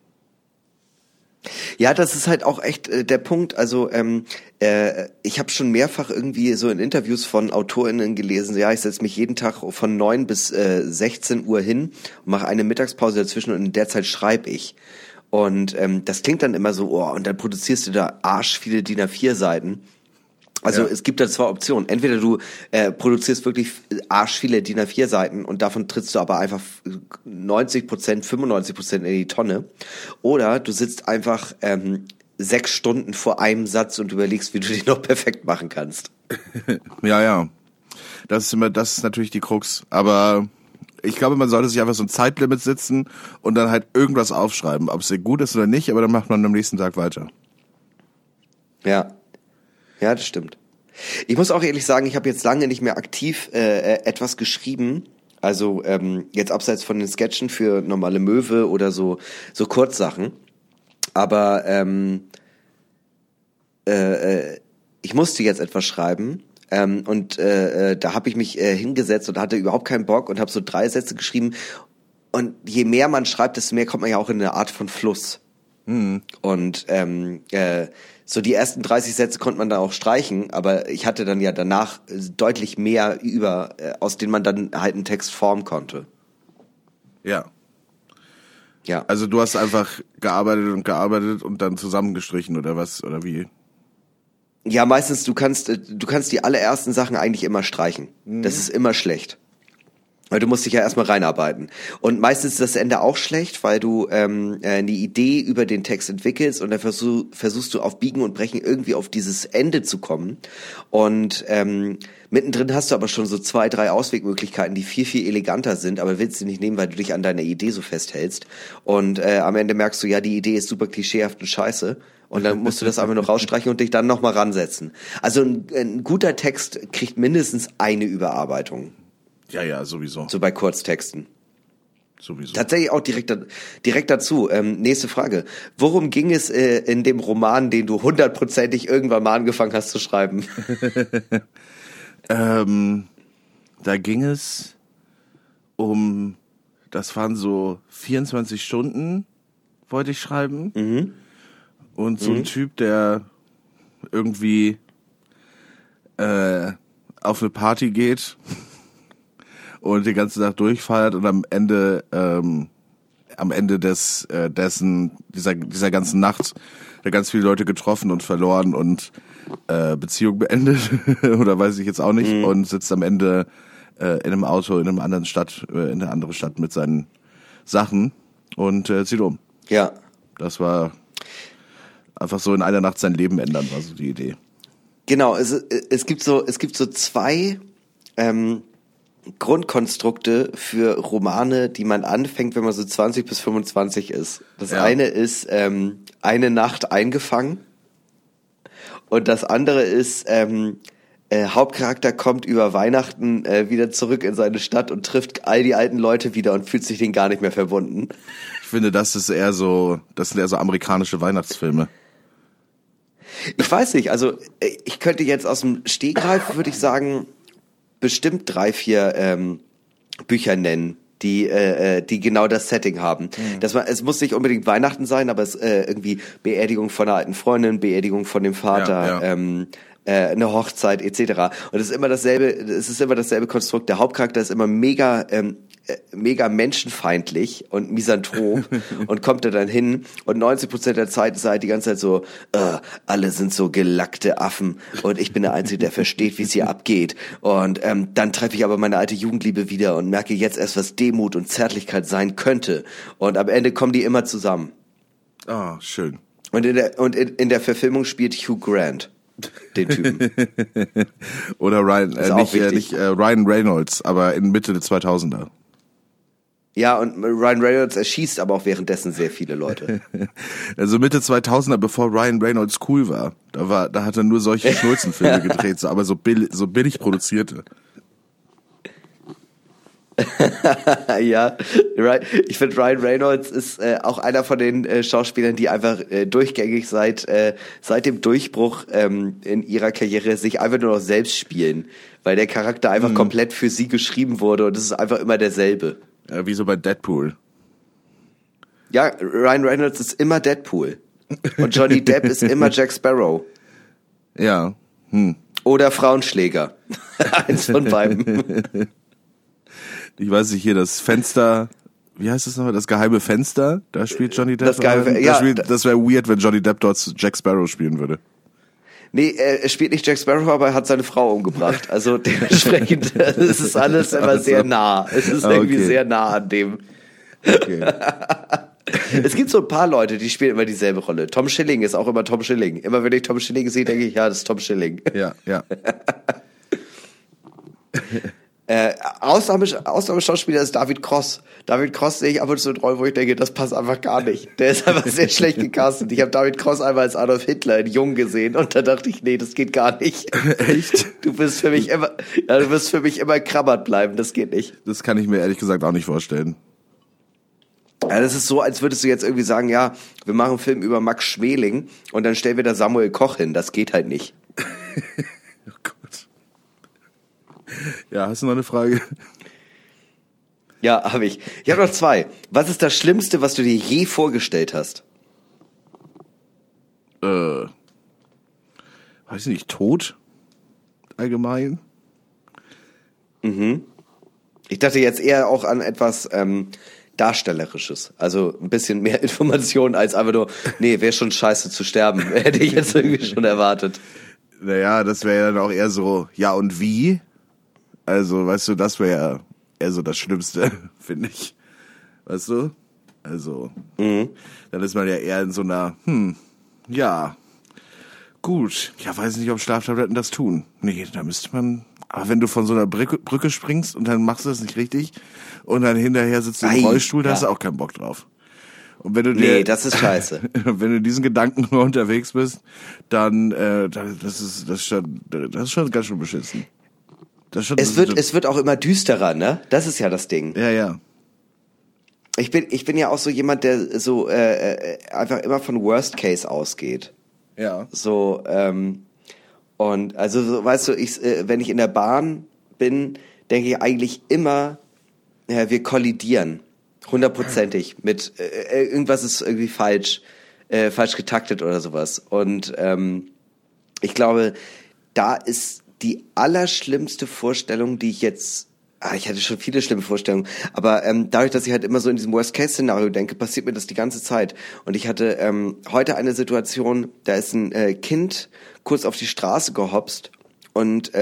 Ja, das ist halt auch echt der Punkt. Also ich habe schon mehrfach irgendwie so in Interviews von AutorInnen gelesen, ja, ich setze mich jeden Tag von 9 bis 16 Uhr hin und mache eine Mittagspause dazwischen und in der Zeit schreibe ich. Und das klingt dann immer so, und dann produzierst du da arsch viele DIN A4 Seiten. Also es gibt da 2 Optionen. Entweder du produzierst wirklich arsch viele DIN A4 Seiten und davon trittst du aber einfach 90%, 95% in die Tonne. Oder du sitzt einfach 6 Stunden vor einem Satz und überlegst, wie du den noch perfekt machen kannst. Ja. Das ist natürlich die Krux. Aber ich glaube, man sollte sich einfach so ein Zeitlimit setzen und dann halt irgendwas aufschreiben, ob es dir gut ist oder nicht, aber dann macht man am nächsten Tag weiter. Ja, das stimmt. Ich muss auch ehrlich sagen, ich habe jetzt lange nicht mehr aktiv etwas geschrieben. Also jetzt abseits von den Sketchen für normale Möwe oder so Kurzsachen. Aber ich musste jetzt etwas schreiben. Und da habe ich mich hingesetzt und hatte überhaupt keinen Bock und habe so 3 Sätze geschrieben. Und je mehr man schreibt, desto mehr kommt man ja auch in eine Art von Fluss. Und so die ersten 30 Sätze konnte man dann auch streichen, aber ich hatte dann ja danach deutlich mehr aus denen man dann halt einen Text formen konnte. Ja. Ja. Also du hast einfach gearbeitet und dann zusammengestrichen oder was, oder wie? Ja, meistens, du kannst die allerersten Sachen eigentlich immer streichen. Das ist immer schlecht. Weil du musst dich ja erstmal reinarbeiten. Und meistens ist das Ende auch schlecht, weil du eine Idee über den Text entwickelst und dann versuchst du auf Biegen und Brechen irgendwie auf dieses Ende zu kommen. Und mittendrin hast du aber schon so 2, 3 Auswegmöglichkeiten, die viel, viel eleganter sind, aber willst du nicht nehmen, weil du dich an deiner Idee so festhältst. Und am Ende merkst du, ja, die Idee ist super klischeehaft und scheiße. Und dann musst du das einfach nur rausstreichen und dich dann nochmal ransetzen. Also ein guter Text kriegt mindestens eine Überarbeitung. Ja, sowieso. So bei Kurztexten. Sowieso. Tatsächlich auch direkt dazu. Nächste Frage. Worum ging es in dem Roman, den du 100%ig irgendwann mal angefangen hast zu schreiben? Da ging es das waren so 24 Stunden, wollte ich schreiben. Und so ein Typ, der irgendwie auf eine Party geht und den ganzen Tag durchfeiert und am Ende dieser ganzen Nacht da ganz viele Leute getroffen und verloren und Beziehung beendet oder weiß ich jetzt auch nicht und sitzt am Ende in einem Auto in einer anderen Stadt mit seinen Sachen und zieht um. Ja. Das war einfach so in einer Nacht sein Leben ändern, war so die Idee. Genau, es gibt so 2 Grundkonstrukte für Romane, die man anfängt, wenn man so 20 bis 25 ist. Das eine ist eine Nacht eingefangen und das andere ist Hauptcharakter kommt über Weihnachten wieder zurück in seine Stadt und trifft all die alten Leute wieder und fühlt sich denen gar nicht mehr verbunden. Ich finde, das sind eher so amerikanische Weihnachtsfilme. Ich weiß nicht, also ich könnte jetzt aus dem Stegreif, würde ich sagen, bestimmt 3, 4 Bücher nennen, die genau das Setting haben. Es muss nicht unbedingt Weihnachten sein, aber es irgendwie Beerdigung von einer alten Freundin, Beerdigung von dem Vater, eine Hochzeit etc. Und es ist immer dasselbe Konstrukt. Der Hauptcharakter ist immer mega menschenfeindlich und misanthrop und kommt da dann hin und 90% der Zeit ist er halt die ganze Zeit so, alle sind so gelackte Affen und ich bin der Einzige, der versteht, wie es hier abgeht. Und dann treffe ich aber meine alte Jugendliebe wieder und merke jetzt erst, was Demut und Zärtlichkeit sein könnte. Und am Ende kommen die immer zusammen. Ah, schön. Und in der Verfilmung spielt Hugh Grant den Typen. Oder Ryan Reynolds, aber in Mitte der 2000er. Ja, und Ryan Reynolds erschießt aber auch währenddessen sehr viele Leute. Also Mitte 2000er, bevor Ryan Reynolds cool war, da hat er nur solche Schnulzenfilme gedreht, aber so billig produzierte. Ja, ich finde Ryan Reynolds ist auch einer von den Schauspielern, die einfach durchgängig seit dem Durchbruch in ihrer Karriere sich einfach nur noch selbst spielen, weil der Charakter einfach komplett für sie geschrieben wurde und es ist einfach immer derselbe. Ja, wie so bei Deadpool. Ja, Ryan Reynolds ist immer Deadpool und Johnny Depp ist immer Jack Sparrow. Ja. Oder Frauenschläger. Eins von beiden. Ich weiß nicht, hier das Fenster, wie heißt das nochmal, das geheime Fenster, da spielt Johnny Depp. Das wäre weird, wenn Johnny Depp dort Jack Sparrow spielen würde. Nee, er spielt nicht Jack Sparrow, aber er hat seine Frau umgebracht. Also dementsprechend, es ist alles immer sehr nah. Es ist irgendwie sehr nah an dem. Okay. Es gibt so ein paar Leute, die spielen immer dieselbe Rolle. Tom Schilling ist auch immer Tom Schilling. Immer wenn ich Tom Schilling sehe, denke ich, ja, das ist Tom Schilling. Ja. Ausnahmeschauspieler ist David Cross. David Cross sehe ich ab und zu in Rollen, wo ich denke, das passt einfach gar nicht. Der ist einfach sehr schlecht gecastet. Ich habe David Cross einmal als Adolf Hitler in Jung gesehen und da dachte ich, nee, das geht gar nicht. Echt? Du wirst für mich immer krabbert bleiben, das geht nicht. Das kann ich mir ehrlich gesagt auch nicht vorstellen. Ja, das ist so, als würdest du jetzt irgendwie sagen, ja, wir machen einen Film über Max Schmeling und dann stellen wir da Samuel Koch hin. Das geht halt nicht. Oh Gott. Ja, hast du noch eine Frage? Ja, habe ich. Ich habe noch 2. Was ist das Schlimmste, was du dir je vorgestellt hast? Weiß ich nicht, Tod? Allgemein? Ich dachte jetzt eher auch an etwas Darstellerisches. Also ein bisschen mehr Informationen als einfach nur, nee, wäre schon scheiße zu sterben. Hätte ich jetzt irgendwie schon erwartet. Naja, das wäre ja dann auch eher so, ja und wie? Also, weißt du, das wäre ja eher so das Schlimmste, finde ich. Weißt du? Also, dann ist man ja eher in so einer, ja, gut. Ja, weiß nicht, ob Schlaftabletten das tun. Nee, da müsste man, aber wenn du von so einer Brücke springst und dann machst du das nicht richtig und dann hinterher sitzt du im Rollstuhl, da hast du auch keinen Bock drauf. Und wenn du Nee, das ist scheiße. Wenn du diesen Gedanken nur unterwegs bist, dann, das ist schon ganz schön beschissen. Es wird auch immer düsterer, ne? Das ist ja das Ding. Ja. Ich bin ja auch so jemand, der so einfach immer von Worst Case ausgeht. Ja. So, und also so, weißt du, wenn ich in der Bahn bin, denke ich eigentlich immer, wir kollidieren. 100%ig mit irgendwas ist irgendwie falsch getaktet oder sowas. Und ich glaube, da ist die allerschlimmste Vorstellung, die ich jetzt, ich hatte schon viele schlimme Vorstellungen, aber dadurch, dass ich halt immer so in diesem Worst-Case-Szenario denke, passiert mir das die ganze Zeit. Und ich hatte heute eine Situation, da ist ein Kind kurz auf die Straße gehopst und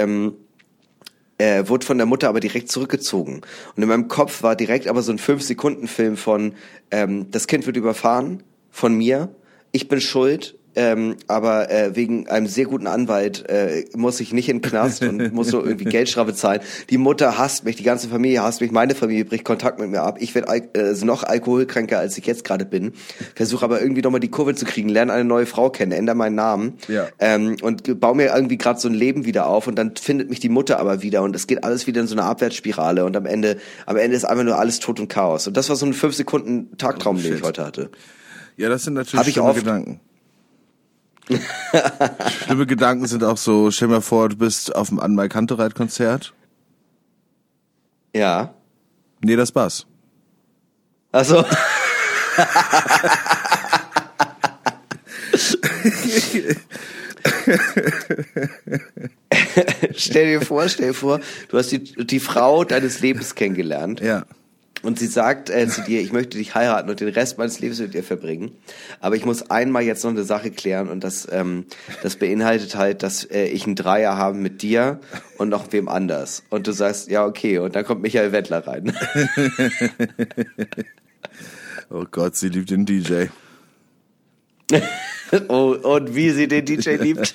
wurde von der Mutter aber direkt zurückgezogen. Und in meinem Kopf war direkt aber so ein 5-Sekunden-Film von das Kind wird überfahren von mir, ich bin schuld, aber wegen einem sehr guten Anwalt muss ich nicht in den Knast und muss so irgendwie Geldstrafe zahlen. Die Mutter hasst mich, die ganze Familie hasst mich, meine Familie bricht Kontakt mit mir ab. Ich werde noch alkoholkränker, als ich jetzt gerade bin. Versuche aber irgendwie nochmal die Kurve zu kriegen, lerne eine neue Frau kennen, ändere meinen Namen und baue mir irgendwie gerade so ein Leben wieder auf und dann findet mich die Mutter aber wieder und es geht alles wieder in so eine Abwärtsspirale und am Ende ist einfach nur alles Tod und Chaos. Und das war so ein 5-Sekunden-Tagtraum, den ich heute hatte. Ja, das sind natürlich schlimme Gedanken. Schlimme Gedanken sind auch so, stell dir mal vor, du bist auf dem Anmal Kantereit-Konzert. Ja. Nee, das Bass. Ach so. Stell dir vor, du hast die Frau deines Lebens kennengelernt. Ja. Und sie sagt zu dir, ich möchte dich heiraten und den Rest meines Lebens mit dir verbringen. Aber ich muss einmal jetzt noch eine Sache klären und das beinhaltet halt, dass ich einen Dreier habe mit dir und noch wem anders. Und du sagst, ja okay, und dann kommt Michael Wettler rein. Oh Gott, sie liebt den DJ. Oh, und wie sie den DJ liebt.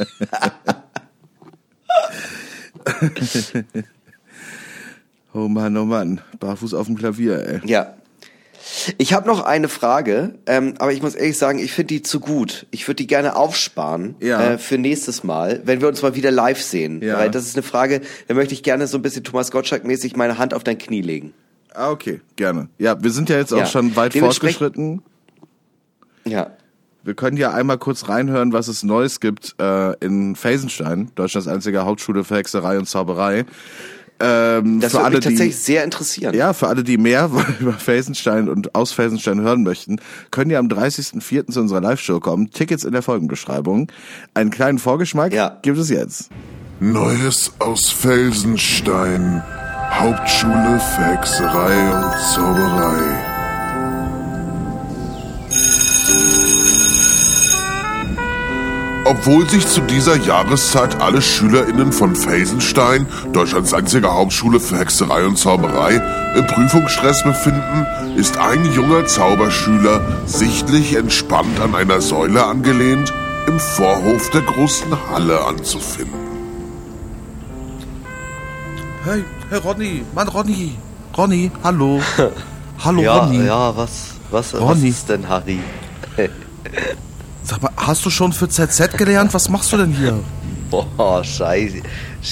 Oh Mann, barfuß auf dem Klavier, ey. Ja. Ich habe noch eine Frage, aber ich muss ehrlich sagen, ich finde die zu gut. Ich würde die gerne aufsparen für nächstes Mal, wenn wir uns mal wieder live sehen. Ja. Weil das ist eine Frage, da möchte ich gerne so ein bisschen Thomas Gottschalk-mäßig meine Hand auf dein Knie legen. Ah, okay, gerne. Ja, wir sind ja jetzt auch schon weit fortgeschritten. Ja. Wir können ja einmal kurz reinhören, was es Neues gibt in Felsenstein, Deutschlands einziger Hauptschule für Hexerei und Zauberei. Das würde mich tatsächlich sehr interessieren. Ja, für alle, die mehr über Felsenstein und aus Felsenstein hören möchten, können ja am 30.04. zu unserer Live-Show kommen. Tickets in der Folgenbeschreibung. Einen kleinen Vorgeschmack gibt es jetzt. Neues aus Felsenstein. Hauptschule für Hexerei und Zauberei. Obwohl sich zu dieser Jahreszeit alle SchülerInnen von Felsenstein, Deutschlands einziger Hauptschule für Hexerei und Zauberei, im Prüfungsstress befinden, ist ein junger Zauberschüler sichtlich entspannt an einer Säule angelehnt im Vorhof der großen Halle anzufinden. Hey Ronny, Mann Ronny. Ronny, hallo. Hallo Ja, Ronny. ja, was Ronny. ist denn, Harry? Sag mal, hast du schon für ZZ gelernt? Was machst du denn hier? Boah, scheiße,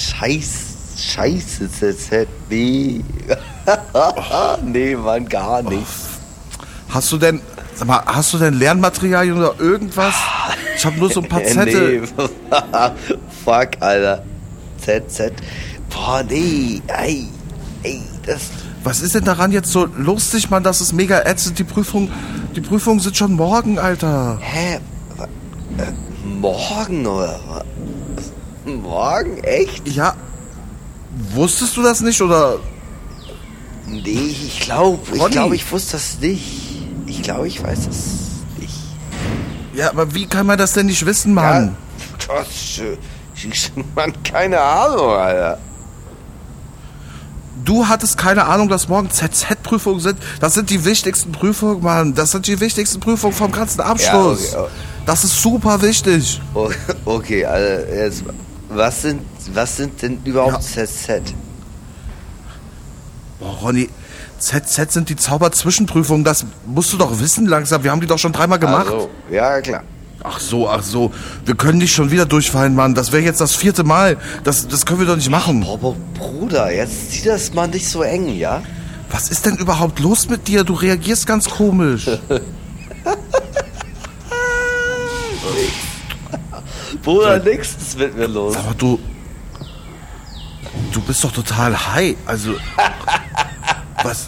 ZZ, nee. Nee, Mann, gar nicht. Hast du denn Lernmaterialien oder irgendwas? Ich habe nur so ein paar Zettel. Nee, fuck, Alter. ZZ. Boah, nee, ey, das... Was ist denn daran jetzt so lustig, Mann? Das ist mega ätzend. Die Prüfungen sind schon morgen, Alter. Hä? Morgen, oder was? Morgen? Echt? Ja. Wusstest du das nicht, oder? Nee, ich glaube, Ronny. ich wusste das nicht. Ich glaube, ich weiß das nicht. Ja, aber wie kann man das denn nicht wissen, Mann? Ja, Mann, keine Ahnung, Alter. Du hattest keine Ahnung, dass morgen ZZ-Prüfungen sind. Das sind die wichtigsten Prüfungen, Mann. Das sind die wichtigsten Prüfungen vom ganzen Abschluss. Ja, okay. Das ist super wichtig. Okay, also jetzt, was sind denn überhaupt ZZ? Boah, Ronny, ZZ sind die Zauberzwischenprüfungen. Das musst du doch wissen langsam. Wir haben die doch schon 3-mal gemacht. Also, ja, klar. Ach so. Wir können nicht schon wieder durchfallen, Mann. Das wäre jetzt das 4. Mal. Das können wir doch nicht machen. Boah, Bruder, jetzt zieh das mal nicht so eng, ja? Was ist denn überhaupt los mit dir? Du reagierst ganz komisch. Bruder, nix ist mit mir los. Aber du bist doch total high. Also, was?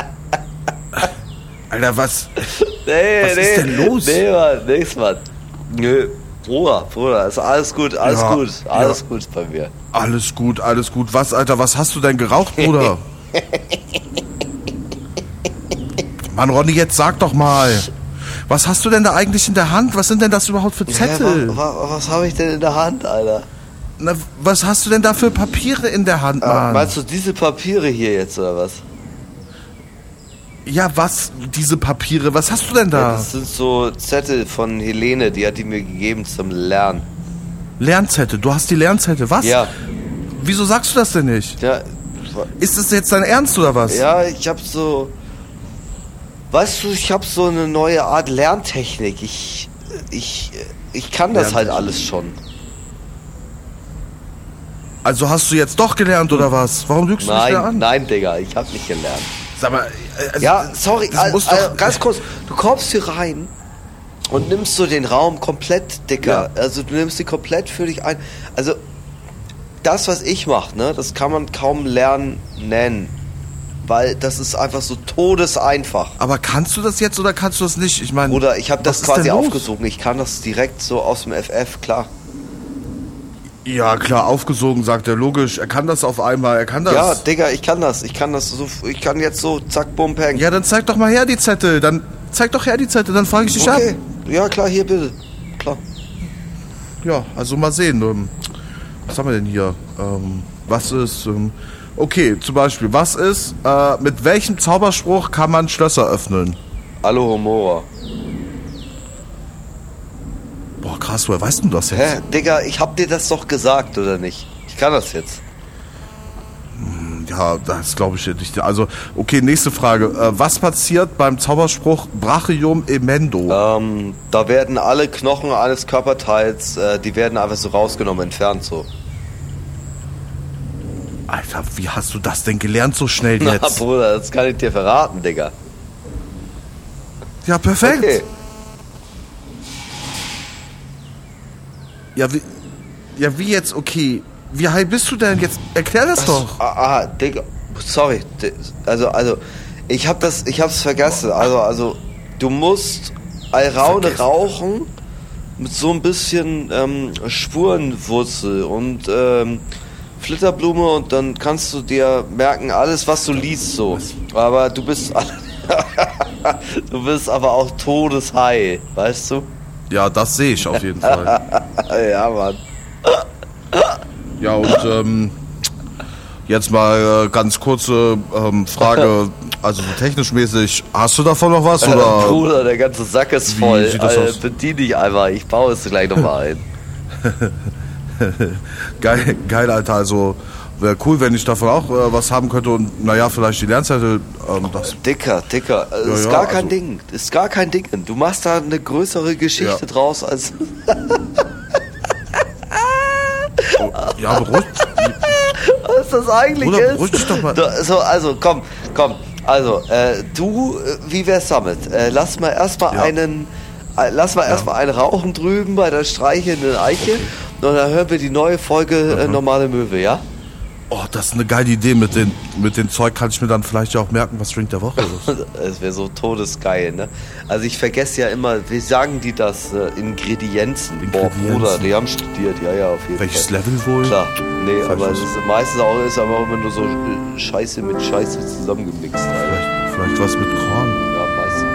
Alter, was? Was ist denn los? Nee, Mann, nix, Mann. Nö, Bruder, ist alles gut, alles gut bei mir. Alles gut. Was, Alter, was hast du denn geraucht, Bruder? Mann, Ronny, jetzt sag doch mal. Was hast du denn da eigentlich in der Hand? Was sind denn das überhaupt für Zettel? Was habe ich denn in der Hand, Alter? Na, was hast du denn da für Papiere in der Hand, Mann? Meinst du diese Papiere hier jetzt, oder was? Ja, was? Diese Papiere? Was hast du denn da? Ja, das sind so Zettel von Helene, die hat die mir gegeben zum Lernen. Lernzettel. Du hast die Lernzettel. Was? Ja. Wieso sagst du das denn nicht? Ja, Ist das jetzt dein Ernst oder was? ja, ich hab so... Weißt du, ich hab so eine neue Art Lerntechnik. Ich kann das halt alles schon. Also hast du jetzt doch gelernt oder was? Warum lügst du mich da an? Nein, Digga, ich hab nicht gelernt. Sag mal, also, Ja, sorry, das muss doch... ganz kurz. Du kommst hier rein und nimmst so den Raum komplett, Dicker. Ja. Also du nimmst die komplett für dich ein. Also das, was ich mache, ne, das kann man kaum Lernen nennen. Weil das ist einfach so todeseinfach. Aber kannst du das jetzt oder kannst du das nicht? Ich meine, Bruder, ich habe das was ist quasi denn los? aufgesogen. Ich kann das direkt so aus dem FF, klar. Ja, klar, aufgesogen, sagt er. Logisch, er kann das auf einmal, er kann das. Ja, Digga, ich kann das. Ich kann jetzt so, zack, bumm, peng. Ja, dann zeig doch mal her die Zettel. Dann zeig doch her die Zettel, dann frage ich dich ab. Okay, ja klar, hier bitte. Klar. Ja, also mal sehen. Was haben wir denn hier? Was ist... okay, zum Beispiel, was ist... mit welchem Zauberspruch kann man Schlösser öffnen? Alohomora. Boah, krass, woher weißt du das jetzt? Hä, Digga, ich hab dir das doch gesagt, oder nicht? Ich kann das jetzt. Ja, das glaube ich nicht. Also, okay, nächste Frage. Was passiert beim Zauberspruch Brachium Emendo? Da werden alle Knochen eines Körperteils, die werden einfach so rausgenommen, entfernt so. Alter, wie hast du das denn gelernt so schnell Na, jetzt? Bruder, das kann ich dir verraten, Digga. Ja, perfekt. Okay. Ja, wie jetzt? Okay. Wie high bist du denn jetzt? Erklär das doch. Digga, sorry. Also, ich hab's vergessen. Also, du musst Alraune rauchen mit so ein bisschen Spurenwurzel und Flitterblume und dann kannst du dir merken, alles was du liest so. Aber du bist aber auch todeshigh, weißt du? Ja, das sehe ich auf jeden Fall. Ja, Mann. Ja, und jetzt mal ganz kurze Frage, also so technisch mäßig, hast du davon noch was? Oder? Bruder, der ganze Sack ist voll. sieht das aus? Bedien dich einmal, ich baue es gleich nochmal ein. Geil, Alter, also wäre cool, wenn ich davon auch was haben könnte und naja, vielleicht die Lernzettel. Das. Dicker. Ist gar kein Ding. Ist gar kein Ding. Du machst da eine größere Geschichte draus als... Ja, beruhigt. Was das eigentlich Bruder, ist. beruhig dich doch mal. Also, komm. Also, du, wie wär's damit? Lass mal erstmal einen rauchen drüben bei der streichelnden Eiche und dann hören wir die neue Folge Normale Möwe, ja? Oh, das ist eine geile Idee. Mit dem Zeug kann ich mir dann vielleicht auch merken, was Drink der Woche ist. Es wäre so todesgeil, ne? Also ich vergesse ja immer, wie sagen die das? Ingredienzen. Boah, Bruder, die haben studiert, ja, auf jeden Welches Fall. Level wohl? Klar, nee, aber es ist meistens ist aber immer nur so Scheiße mit Scheiße zusammengemixt, Alter. Vielleicht was mit Korn. Ja,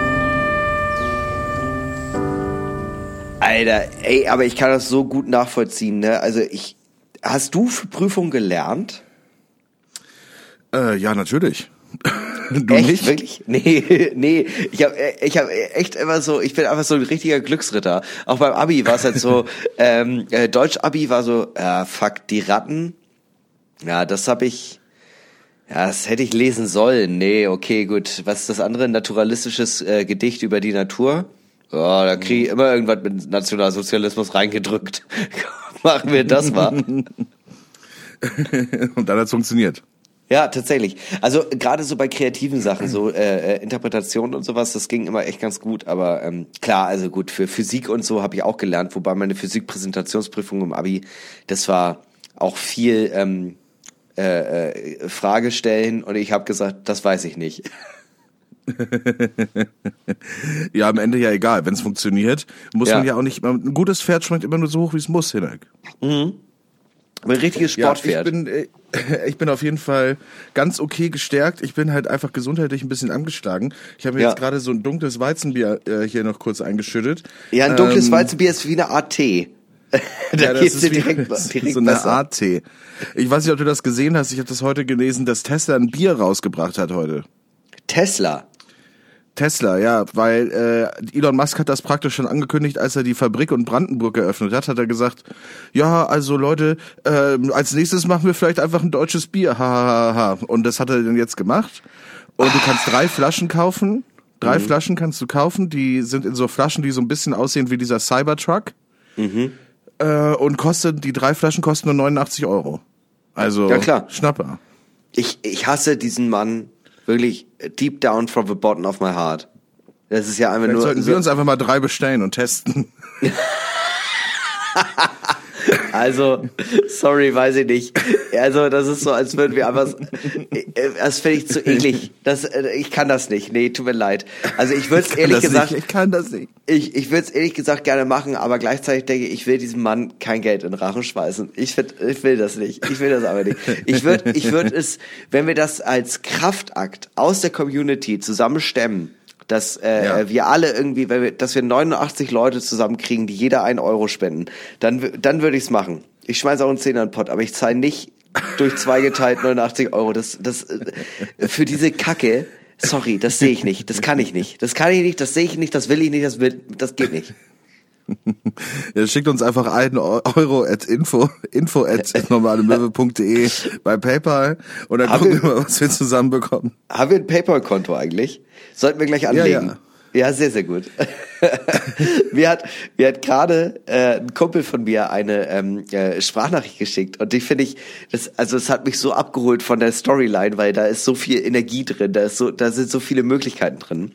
meistens. Alter, ey, aber ich kann das so gut nachvollziehen, ne? Also hast du für Prüfung gelernt? Ja, natürlich. Du echt? nicht? Wirklich? Nee. Ich hab echt immer so, ich bin einfach so ein richtiger Glücksritter. Auch beim Abi war es halt so, Deutsch-Abi war so, fuck, die Ratten. Ja, das hätte ich lesen sollen. Nee, okay, gut. Was ist das andere? Naturalistisches Gedicht über die Natur? Ja, da kriege ich immer irgendwas mit Nationalsozialismus reingedrückt. Machen wir das mal. Und dann hat's funktioniert. Ja, tatsächlich. Also gerade so bei kreativen Sachen, so Interpretation und sowas, das ging immer echt ganz gut. Aber klar, also gut, für Physik und so habe ich auch gelernt, wobei meine Physik-Präsentationsprüfung im Abi, das war auch viel Frage stellen und ich habe gesagt, das weiß ich nicht. Ja, am Ende ja egal. Wenn es funktioniert, muss man ja auch nicht. Ein gutes Pferd schmeckt immer nur so hoch, wie es muss, Hinek. Mhm. Ein richtiges Sportpferd. Ja, ich bin auf jeden Fall ganz okay gestärkt. Ich bin halt einfach gesundheitlich ein bisschen angeschlagen. Ich habe mir jetzt gerade so ein dunkles Weizenbier hier noch kurz eingeschüttet. Ja, ein dunkles Weizenbier ist wie eine Art Tee. Da das ist direkt so eine Art Tee. Ich weiß nicht, ob du das gesehen hast. Ich habe das heute gelesen, dass Tesla ein Bier rausgebracht hat heute. Tesla, ja, weil Elon Musk hat das praktisch schon angekündigt, als er die Fabrik in Brandenburg eröffnet hat er gesagt, ja, also Leute, als nächstes machen wir vielleicht einfach ein deutsches Bier, ha. Und das hat er dann jetzt gemacht. Und du kannst 3 Flaschen kaufen. 3 Flaschen kannst du kaufen, die sind in so Flaschen, die so ein bisschen aussehen wie dieser Cybertruck. Und die 3 Flaschen kosten nur 89 €. Also, ja, klar. Schnapper. Ich hasse diesen Mann. Wirklich deep down from the bottom of my heart. Das ist ja einfach Vielleicht nur... sollten wir uns einfach mal 3 bestellen und testen. Also, sorry, weiß ich nicht. Also, das ist so, als würden wir einfach... Das finde ich zu eklig. Ich kann das nicht. Nee, tut mir leid. Also, ich würde es ehrlich gesagt... Ich kann das nicht. Ich würde es ehrlich gesagt gerne machen, aber gleichzeitig denke ich will diesem Mann kein Geld in den Rachen schmeißen. Ich will das nicht. Ich will das aber nicht. Ich würde es, wenn wir das als Kraftakt aus der Community zusammen stemmen, dass wir alle irgendwie, dass wir 89 Leute zusammenkriegen, die jeder 1 € spenden, dann würde ich es machen. Ich schmeiße auch einen 10er in den Pott, aber ich zahle nicht durch 2 geteilt 89 €. Das für diese Kacke, sorry, das sehe ich nicht, das kann ich nicht, das sehe ich nicht, das will ich nicht, das geht nicht. Ja, schickt uns einfach 1 € at info@normalemöwe.de bei PayPal und dann gucken wir mal, was wir zusammenbekommen. Haben wir ein PayPal-Konto eigentlich? Sollten wir gleich anlegen. Ja, sehr, sehr gut. Mir hat gerade ein Kumpel von mir eine Sprachnachricht geschickt und die finde ich, es hat mich so abgeholt von der Storyline, weil da ist so viel Energie drin, da sind so viele Möglichkeiten drin.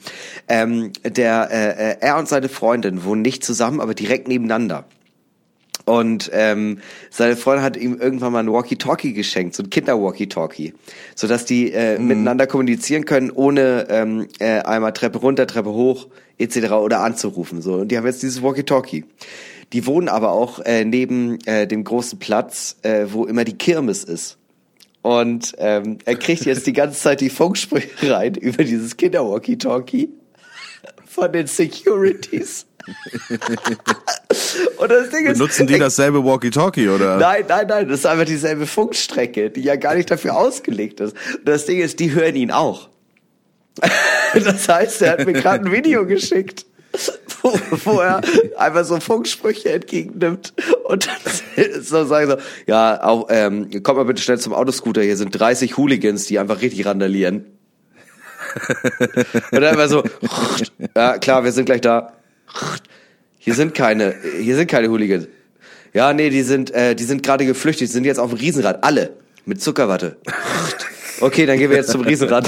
Er und seine Freundin wohnen nicht zusammen, aber direkt nebeneinander. Und seine Freundin hat ihm irgendwann mal ein Walkie-Talkie geschenkt, so ein Kinder-Walkie-Talkie, sodass die miteinander kommunizieren können, ohne einmal Treppe runter, Treppe hoch etc. oder anzurufen. So. Und die haben jetzt dieses Walkie-Talkie. Die wohnen aber auch neben dem großen Platz, wo immer die Kirmes ist. Und er kriegt jetzt die ganze Zeit die Funksprüche rein über dieses Kinder-Walkie-Talkie von den Securities. Und das Ding ist, benutzen die dasselbe Walkie-Talkie, oder? Nein, das ist einfach dieselbe Funkstrecke, die ja gar nicht dafür ausgelegt ist. Und das Ding ist, die hören ihn auch. Das heißt, er hat mir gerade ein Video geschickt, wo er einfach so Funksprüche entgegennimmt Und dann so sagen so, ja, auch, komm mal bitte schnell zum Autoscooter, hier sind 30 Hooligans, die einfach richtig randalieren. Und dann war so, ja klar, wir sind gleich da. Hier sind keine Hooligans. Ja, nee, die sind gerade geflüchtet, die sind jetzt auf dem Riesenrad, alle mit Zuckerwatte. Okay, dann gehen wir jetzt zum Riesenrad.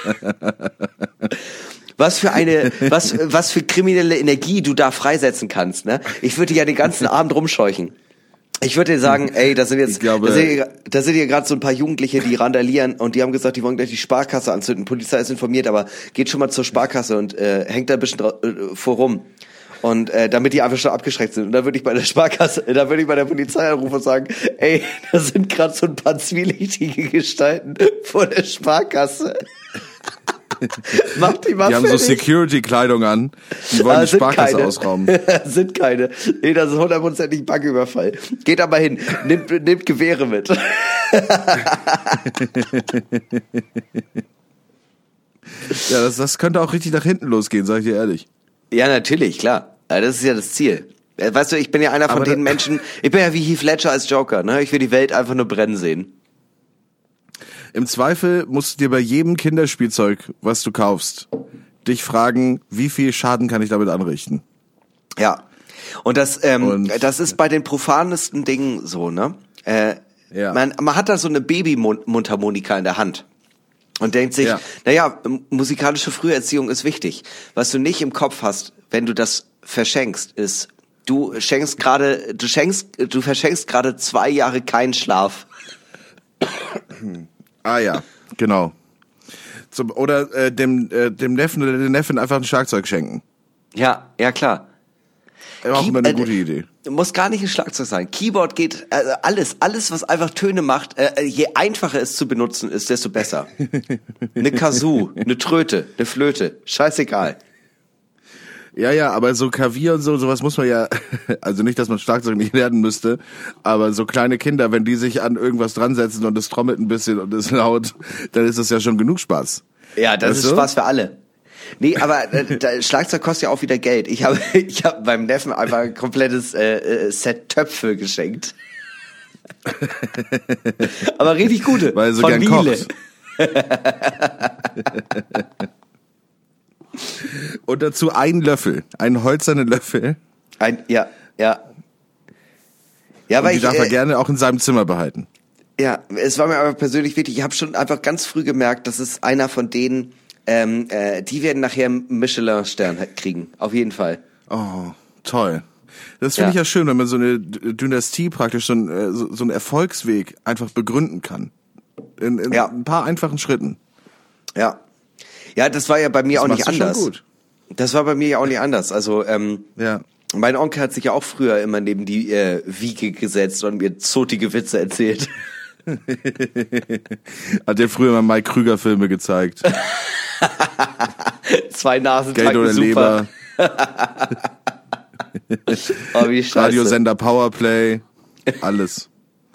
Was für kriminelle Energie du da freisetzen kannst, ne? Ich würde ja den ganzen Abend rumscheuchen. Ich würde dir sagen, ey, da sind hier gerade so ein paar Jugendliche, die randalieren und die haben gesagt, die wollen gleich die Sparkasse anzünden. Polizei ist informiert, aber geht schon mal zur Sparkasse und hängt da ein bisschen vor rum. Und damit die einfach schon abgeschreckt sind. Und dann würde ich bei der Polizei anrufen und sagen, ey, da sind gerade so ein paar zwielichtige Gestalten vor der Sparkasse. Mach die mal fertig. Die haben so Security-Kleidung an. Die wollen die Sparkasse ausrauben. Sind keine. Nee, das ist 100% Banküberfall. Geht da mal hin. Nimmt Gewehre mit. Ja, das könnte auch richtig nach hinten losgehen, sag ich dir ehrlich. Ja, natürlich, klar. Das ist ja das Ziel. Weißt du, ich bin ja einer von den Menschen, ich bin ja wie Heath Ledger als Joker, ne? Ich will die Welt einfach nur brennen sehen. Im Zweifel musst du dir bei jedem Kinderspielzeug, was du kaufst, dich fragen, wie viel Schaden kann ich damit anrichten? Ja. Und das ist bei den profanesten Dingen so, ne? Ja. Man hat da so eine Baby-Mundharmonika in der Hand. Und denkt sich, naja, musikalische Früherziehung ist wichtig. Was du nicht im Kopf hast, wenn du das verschenkst, ist, du verschenkst gerade 2 Jahre keinen Schlaf. Ah ja, genau. Oder dem Neffen oder der Neffin einfach ein Schlagzeug schenken. Ja, klar. Auch immer eine gute Idee. Muss gar nicht ein Schlagzeug sein. Keyboard geht, alles, was einfach Töne macht, je einfacher es zu benutzen ist, desto besser. Eine Kazoo, eine Tröte, eine Flöte, scheißegal. Ja, aber so Klavier und sowas muss man ja, also nicht, dass man Schlagzeug nicht lernen müsste, aber so kleine Kinder, wenn die sich an irgendwas dran setzen und es trommelt ein bisschen und es laut, dann ist das ja schon genug Spaß. Ja, das ist Spaß für alle. Nee, aber Schlagzeug kostet ja auch wieder Geld. Ich hab meinem Neffen einfach ein komplettes Set Töpfe geschenkt. Aber richtig gute. Weil er so von gern Miele. kocht. Und dazu einen Löffel, einen hölzernen Löffel. Ja, und die darf er gerne auch in seinem Zimmer behalten. Ja, es war mir aber persönlich wichtig. Ich habe schon einfach ganz früh gemerkt, das ist einer von denen, die werden nachher einen Michelin-Stern kriegen. Auf jeden Fall. Oh, toll. Das finde ich ja schön, wenn man so eine Dynastie praktisch so einen Erfolgsweg einfach begründen kann. In ein paar einfachen Schritten. Ja. Ja, das war ja bei mir auch nicht anders. Schon gut. Das war bei mir ja auch nicht anders. Also, mein Onkel hat sich ja auch früher immer neben die Wiege gesetzt und mir zotige Witze erzählt. Hat der früher mal Mike Krüger Filme gezeigt. 2 Nasen Geld oder super. Leber. Oh, wie scheiße. Radiosender Powerplay. Alles.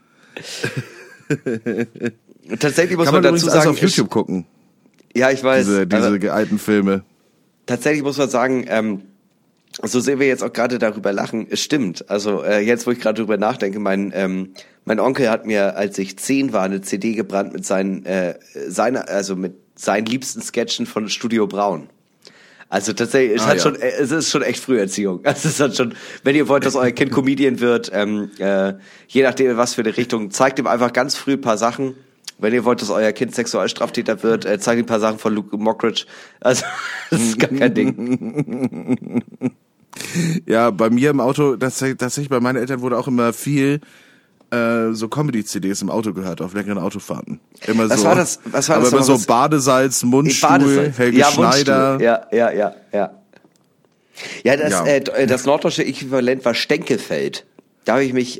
Tatsächlich muss Kann man dazu übrigens sagen, auf YouTube gucken. Ja, ich weiß. Diese alten Filme. Tatsächlich muss man sagen, so sehen wir jetzt auch gerade darüber lachen. Es stimmt. Also jetzt, wo ich gerade drüber nachdenke, mein Onkel hat mir, als ich 10 war, eine CD gebrannt mit mit seinen liebsten Sketchen von Studio Braun. Also tatsächlich, es ist schon echt Früherziehung. Also es hat schon, wenn ihr wollt, dass euer Kind Comedian wird, je nachdem was für eine Richtung, zeigt ihm einfach ganz früh ein paar Sachen. Wenn ihr wollt, dass euer Kind Sexualstraftäter wird, zeigt ihm ein paar Sachen von Luke Mockridge. Also das ist gar kein Ding. Ja, bei mir im Auto, tatsächlich bei meinen Eltern wurde auch immer viel so Comedy-CDs im Auto gehört, auf längeren Autofahrten. Immer was so. war das? Aber immer so Badesalz, Mundstuhl, Helge Schneider. Mundstuhl. Ja. Ja, das norddeutsche Äquivalent war Stenkefeld. Da habe ich mich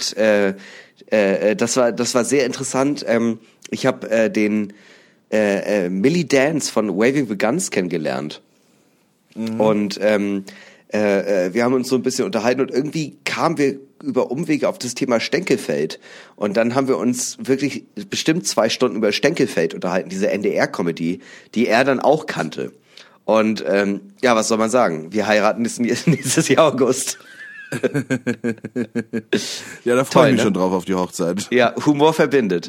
das war sehr interessant. Ich habe den Millie Dance von Waving the Guns kennengelernt. Mhm. Und wir haben uns so ein bisschen unterhalten und irgendwie kamen wir über Umwege auf das Thema Stenkefeld. Und dann haben wir uns wirklich bestimmt 2 Stunden über Stenkefeld unterhalten, diese NDR-Comedy, die er dann auch kannte. Und was soll man sagen? Wir heiraten nächstes Jahr August. Ja, da freue ich mich schon drauf auf die Hochzeit. Ja, Humor verbindet.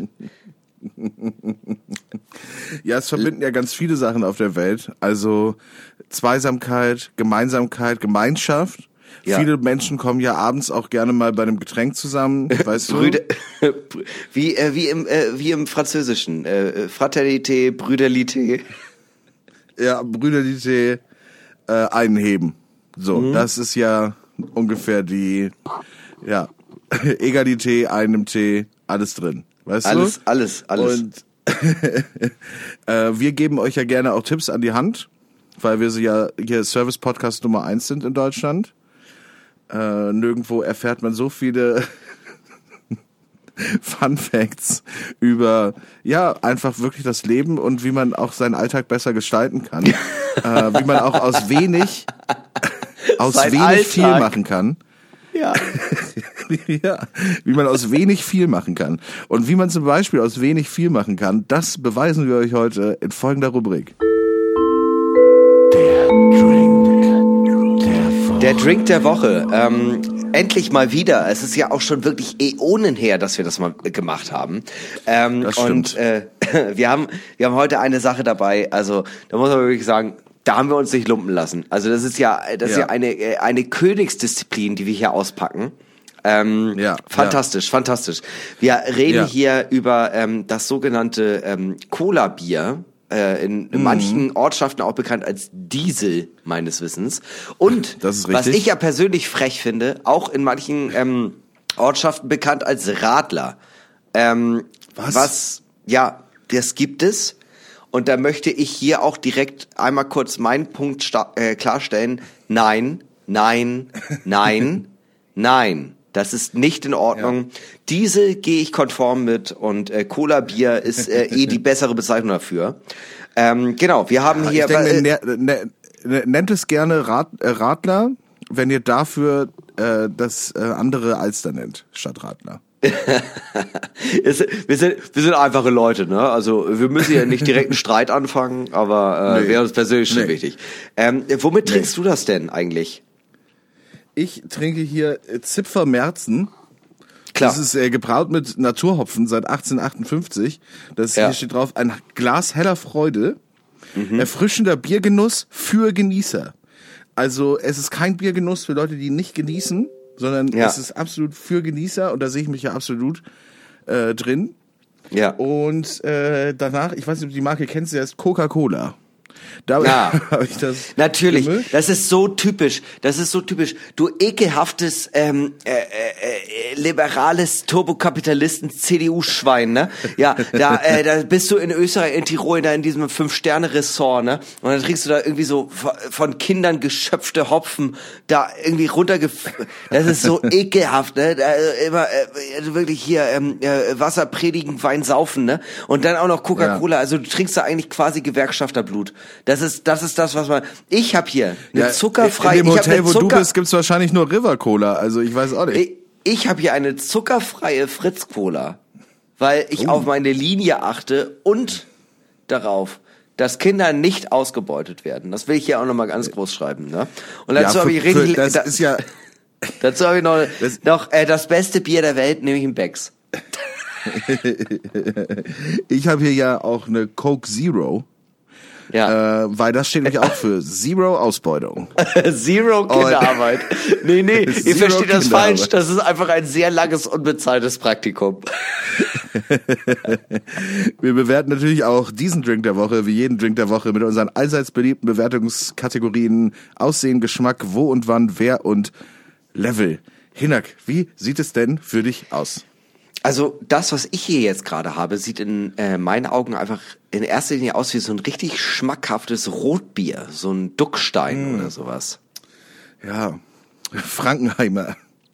Ja, es verbinden ja ganz viele Sachen auf der Welt. Also Zweisamkeit, Gemeinsamkeit, Gemeinschaft. Ja. Viele Menschen kommen ja abends auch gerne mal bei einem Getränk zusammen, weißt du? Wie im Französischen. Fraternité, Brüderalité. Ja, Brüderalité, einheben. So, das ist ja ungefähr die, ja, Egalité, einem Tee, alles drin. Weißt du? Alles. Und wir geben euch ja gerne auch Tipps an die Hand, weil wir so ja hier Service-Podcast Nummer 1 sind in Deutschland. Nirgendwo erfährt man so viele Fun Facts über, ja, einfach wirklich das Leben und wie man auch seinen Alltag besser gestalten kann. Wie man auch aus wenig viel machen kann. Ja. Ja, wie man aus wenig viel machen kann. Und wie man zum Beispiel aus wenig viel machen kann, das beweisen wir euch heute in folgender Rubrik. Der Drink der Woche. Endlich mal wieder. Es ist ja auch schon wirklich Äonen her, dass wir das mal gemacht haben. Das stimmt. Und wir haben heute eine Sache dabei. Also da muss man wirklich sagen, da haben wir uns nicht lumpen lassen. Also das ist ja eine Königsdisziplin, die wir hier auspacken. Fantastisch. Wir reden hier über das sogenannte Cola-Bier. In manchen Ortschaften auch bekannt als Diesel, meines Wissens. Und das ist was ich ja persönlich frech finde, auch in manchen Ortschaften bekannt als Radler. Ja, das gibt es. Und da möchte ich hier auch direkt einmal kurz meinen Punkt klarstellen. Nein. Das ist nicht in Ordnung. Ja. Diesel gehe ich konform mit und Cola-Bier ist die bessere Bezeichnung dafür. Genau, wir haben hier... Nennt es gerne Radler, wenn ihr dafür das andere Alster nennt, statt Radler. Wir sind einfache Leute, ne? Also wir müssen ja nicht direkt einen Streit anfangen, aber wäre uns persönlich schon wichtig. Womit trinkst du das denn eigentlich? Ich trinke hier Zipfer-Merzen. Klar. Das ist gebraut mit Naturhopfen seit 1858. Hier steht drauf, ein Glas heller Freude, erfrischender Biergenuss für Genießer. Also es ist kein Biergenuss für Leute, die nicht genießen, sondern es ist absolut für Genießer und da sehe ich mich ja absolut drin. Ja. Und danach, ich weiß nicht, ob du die Marke kennst, der ist Coca-Cola. Da habe ich das natürlich, gemischt. das ist so typisch, du ekelhaftes liberales Turbokapitalisten CDU-Schwein, ne? Ja, da bist du in Österreich, in Tirol, da in diesem 5-Sterne-Ressort, ne? Und dann trinkst du da irgendwie so von Kindern geschöpfte Hopfen, da irgendwie das ist so ekelhaft, ne? Immer wirklich hier Wasser predigen, Wein saufen, ne? Und dann auch noch Coca-Cola, also du trinkst da eigentlich quasi Gewerkschafterblut. Das ist das, was man... Ich habe hier eine zuckerfreie... In dem Hotel, wo du bist, gibt's wahrscheinlich nur River Cola. Also ich weiß auch nicht. Ich habe hier eine zuckerfreie Fritz Cola, weil ich auf meine Linie achte und darauf, dass Kinder nicht ausgebeutet werden. Das will ich hier auch nochmal ganz groß schreiben. Ne? Und dazu habe ich richtig... Dazu habe ich noch das beste Bier der Welt, nämlich ein Becks. Ich habe hier ja auch eine Coke Zero. Ja. Weil das steht nämlich auch für Zero Ausbeutung. Zero Kinderarbeit. Nee, ihr versteht das falsch. Das ist einfach ein sehr langes, unbezahltes Praktikum. Wir bewerten natürlich auch diesen Drink der Woche, wie jeden Drink der Woche, mit unseren allseits beliebten Bewertungskategorien Aussehen, Geschmack, wo und wann, wer und Level. Hinak, wie sieht es denn für dich aus? Also das, was ich hier jetzt gerade habe, sieht in meinen Augen einfach in erster Linie aus wie so ein richtig schmackhaftes Rotbier, so ein Duckstein oder sowas. Ja, Frankenheimer.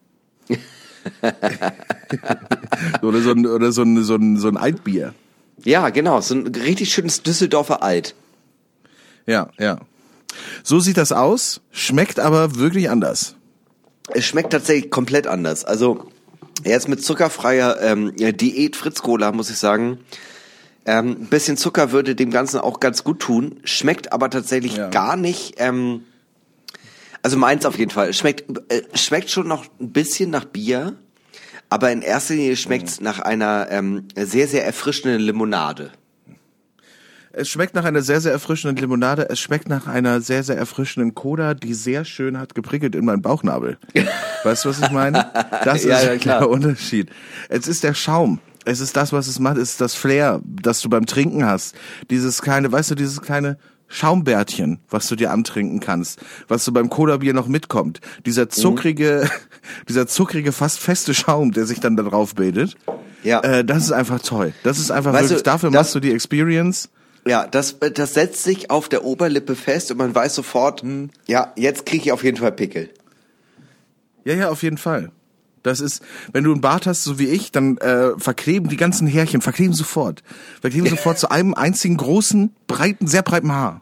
oder so ein Altbier. Ja, genau, so ein richtig schönes Düsseldorfer Alt. Ja. So sieht das aus, schmeckt aber wirklich anders. Es schmeckt tatsächlich komplett anders. Also jetzt mit zuckerfreier Diät Fritz Cola, muss ich sagen, ein bisschen Zucker würde dem Ganzen auch ganz gut tun, schmeckt aber tatsächlich gar nicht Also meins auf jeden Fall. Schmeckt schon noch ein bisschen nach Bier, aber in erster Linie schmeckt's nach einer sehr, sehr erfrischenden Limonade. Es schmeckt nach einer sehr, sehr erfrischenden Limonade. Es schmeckt nach einer sehr, sehr erfrischenden Cola, die sehr schön hat geprickelt in meinen Bauchnabel. Weißt du, was ich meine? Das Ja, ist klar. der Unterschied. Es ist der Schaum. Es ist das, was es macht. Es ist das Flair, das du beim Trinken hast. Dieses kleine Schaumbärtchen, was du dir antrinken kannst, was du beim Cola-Bier noch mitkommt. Dieser zuckrige, fast feste Schaum, der sich dann da drauf bildet. Ja. Das ist einfach toll. Das ist einfach Weißt wirklich, du, dafür machst du die Experience. Ja, das setzt sich auf der Oberlippe fest und man weiß sofort, ja, jetzt kriege ich auf jeden Fall Pickel. Ja, auf jeden Fall. Das ist, wenn du einen Bart hast, so wie ich, dann verkleben die ganzen Härchen, sofort zu einem einzigen großen, sehr breiten Haar.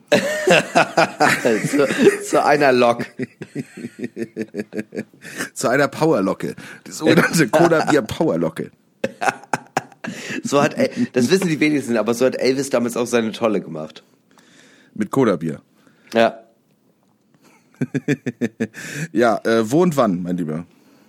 Zu einer Lok. Zu einer Powerlocke. Die sogenannte Cola-Bier-Powerlocke. Das wissen die wenigsten, aber so hat Elvis damals auch seine Tolle gemacht. Mit Cola-Bier. Ja. Ja, wo und wann, mein Lieber?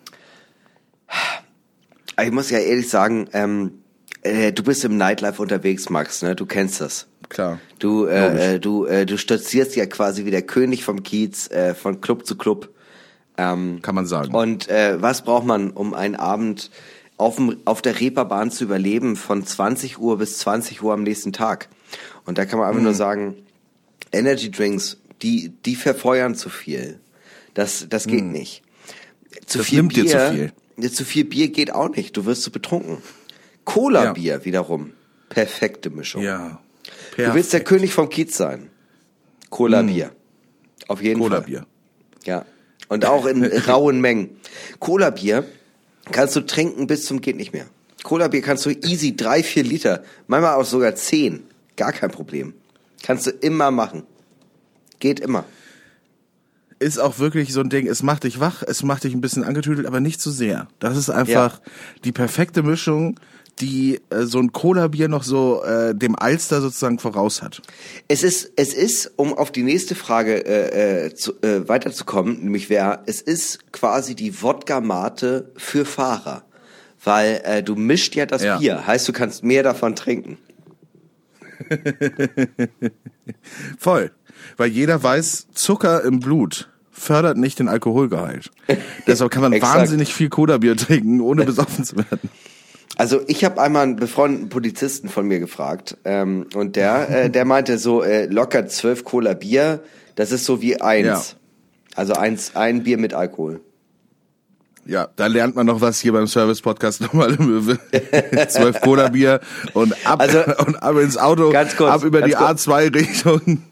Ich muss ja ehrlich sagen, du bist im Nightlife unterwegs, Max, ne? Du kennst das. Klar. Du stolzierst ja quasi wie der König vom Kiez, von Club zu Club. Kann man sagen. Und was braucht man, um einen Abend auf der Reeperbahn zu überleben von 20 Uhr bis 20 Uhr am nächsten Tag? Und da kann man einfach nur sagen, Energy Drinks, die verfeuern zu viel. Das geht nicht. Das nimmt dir zu viel. Zu viel Bier geht auch nicht. Du wirst so betrunken. Cola-Bier wiederum. Perfekte Mischung. Ja. Du willst der König vom Kiez sein. Cola-Bier. Auf jeden Fall. Cola-Bier. Ja. Und auch in rauen Mengen. Cola-Bier kannst du trinken bis zum geht nicht mehr. Cola-Bier kannst du easy 3-4 Liter, manchmal auch sogar 10. Gar kein Problem. Kannst du immer machen. Geht immer. Ist auch wirklich so ein Ding, es macht dich wach, es macht dich ein bisschen angetüdelt, aber nicht zu sehr. Das ist einfach die perfekte Mischung, die so ein Cola-Bier noch so dem Alster sozusagen voraus hat. Es ist, um auf die nächste Frage weiterzukommen, nämlich es ist quasi die Wodka-Mate für Fahrer. Weil du mischt ja das Bier, heißt du kannst mehr davon trinken. Voll. Weil jeder weiß, Zucker im Blut fördert nicht den Alkoholgehalt. Deshalb kann man wahnsinnig viel Cola-Bier trinken, ohne besoffen zu werden. Also ich habe einmal einen befreundeten Polizisten von mir gefragt und der meinte so locker 12 Cola Bier, das ist so wie 1. Ja. Also ein Bier mit Alkohol. Ja, da lernt man noch was hier beim Service-Podcast Normale Möwe. 12 Cola-Bier und ab ins Auto, ganz kurz, ab über die A2 Richtung.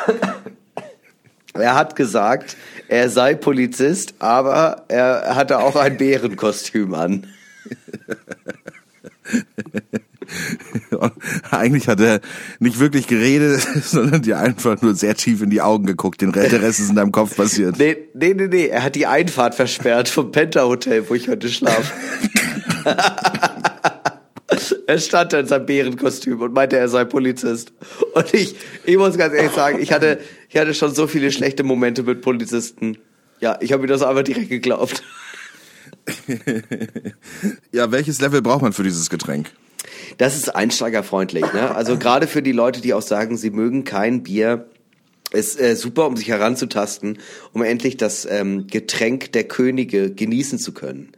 Er hat gesagt, er sei Polizist, aber er hatte auch ein Bärenkostüm an. Eigentlich hat er nicht wirklich geredet, sondern dir einfach nur sehr tief in die Augen geguckt. Der Rest ist in deinem Kopf passiert. Nee. Er hat die Einfahrt versperrt vom Penta Hotel, wo ich heute schlafe. Er stand da in seinem Bärenkostüm und meinte, er sei Polizist. Und ich muss ganz ehrlich sagen, ich hatte schon so viele schlechte Momente mit Polizisten. Ja, ich habe mir das einfach direkt geglaubt. Ja, welches Level braucht man für dieses Getränk? Das ist einsteigerfreundlich, ne? Also gerade für die Leute, die auch sagen, sie mögen kein Bier, ist super, um sich heranzutasten, um endlich das Getränk der Könige genießen zu können.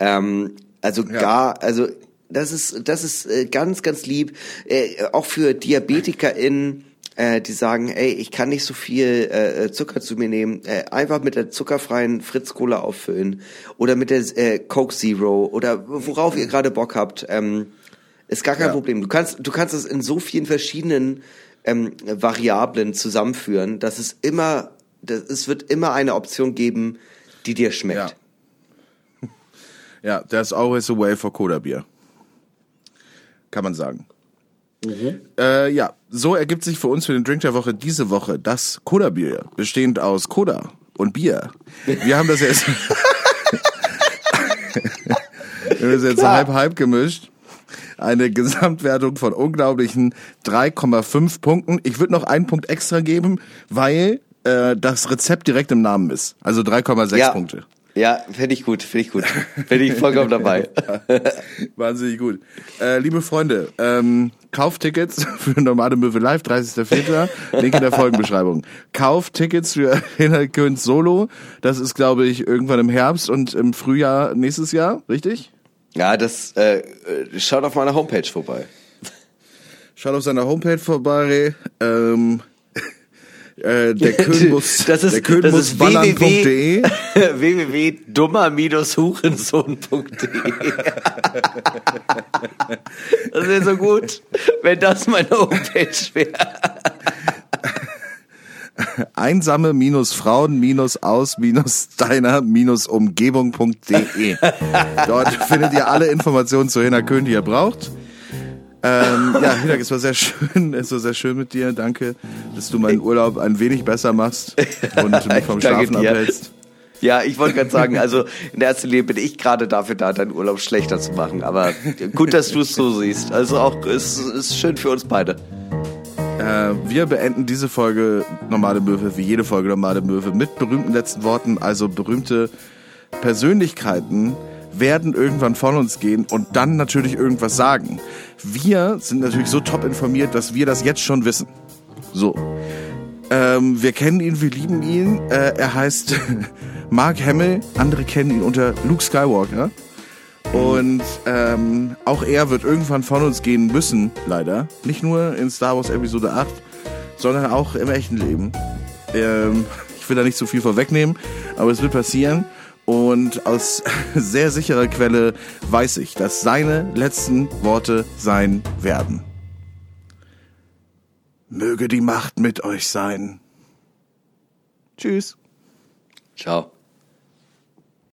Das ist ganz, ganz lieb. Auch für DiabetikerInnen, die sagen, ey, ich kann nicht so viel Zucker zu mir nehmen, einfach mit der zuckerfreien Fritz-Cola auffüllen oder mit der Coke Zero oder worauf ihr gerade Bock habt, ist gar kein Problem. Du kannst es in so vielen verschiedenen Variablen zusammenführen, dass es wird immer eine Option geben, die dir schmeckt. Ja, there's always a way for Cola-Bier. Kann man sagen. Ja, so ergibt sich für uns für den Drink der Woche diese Woche das Cola-Bier, bestehend aus Cola und Bier. Wir haben das jetzt halb gemischt. Eine Gesamtwertung von unglaublichen 3,5 Punkten. Ich würde noch einen Punkt extra geben, weil das Rezept direkt im Namen ist. Also 3,6 Punkte. Ja, finde ich gut. Bin ich vollkommen dabei. Wahnsinnig gut. Liebe Freunde, kauft Tickets für Normale Möwe Live, 30.04. Link in der Folgenbeschreibung. Kauft Tickets für Hinak Köns Solo. Das ist, glaube ich, irgendwann im Herbst und im Frühjahr nächstes Jahr, richtig? Ja, das schaut auf meiner Homepage vorbei. Schaut auf seiner Homepage vorbei. Der Kölnbus, das ist www.wallern.de www.dummer-hurensohn.de Das wäre so gut, wenn das meine Homepage wäre. Einsame-Frauen-aus-deiner-umgebung.de Dort findet ihr alle Informationen zu Hinak Kön, die ihr braucht. Hinak, es war sehr schön mit dir. Danke, dass du meinen Urlaub ein wenig besser machst und mich vom Schlafen abhältst. Ja, ich wollte gerade sagen, also in erster Linie bin ich gerade dafür da, deinen Urlaub schlechter zu machen. Aber gut, dass du es so siehst. Also auch, es ist schön für uns beide. Wir beenden diese Folge Normale Möwe, wie jede Folge Normale Möwe, mit berühmten letzten Worten. Also berühmte Persönlichkeiten werden irgendwann von uns gehen und dann natürlich irgendwas sagen. Wir sind natürlich so top informiert, dass wir das jetzt schon wissen. So. Wir kennen ihn, wir lieben ihn. Er heißt Mark Hamill. Andere kennen ihn unter Luke Skywalker. Und auch er wird irgendwann von uns gehen müssen, leider. Nicht nur in Star Wars Episode 8, sondern auch im echten Leben. Ich will da nicht so viel vorwegnehmen, aber es wird passieren. Und aus sehr sicherer Quelle weiß ich, dass seine letzten Worte sein werden. Möge die Macht mit euch sein. Tschüss. Ciao.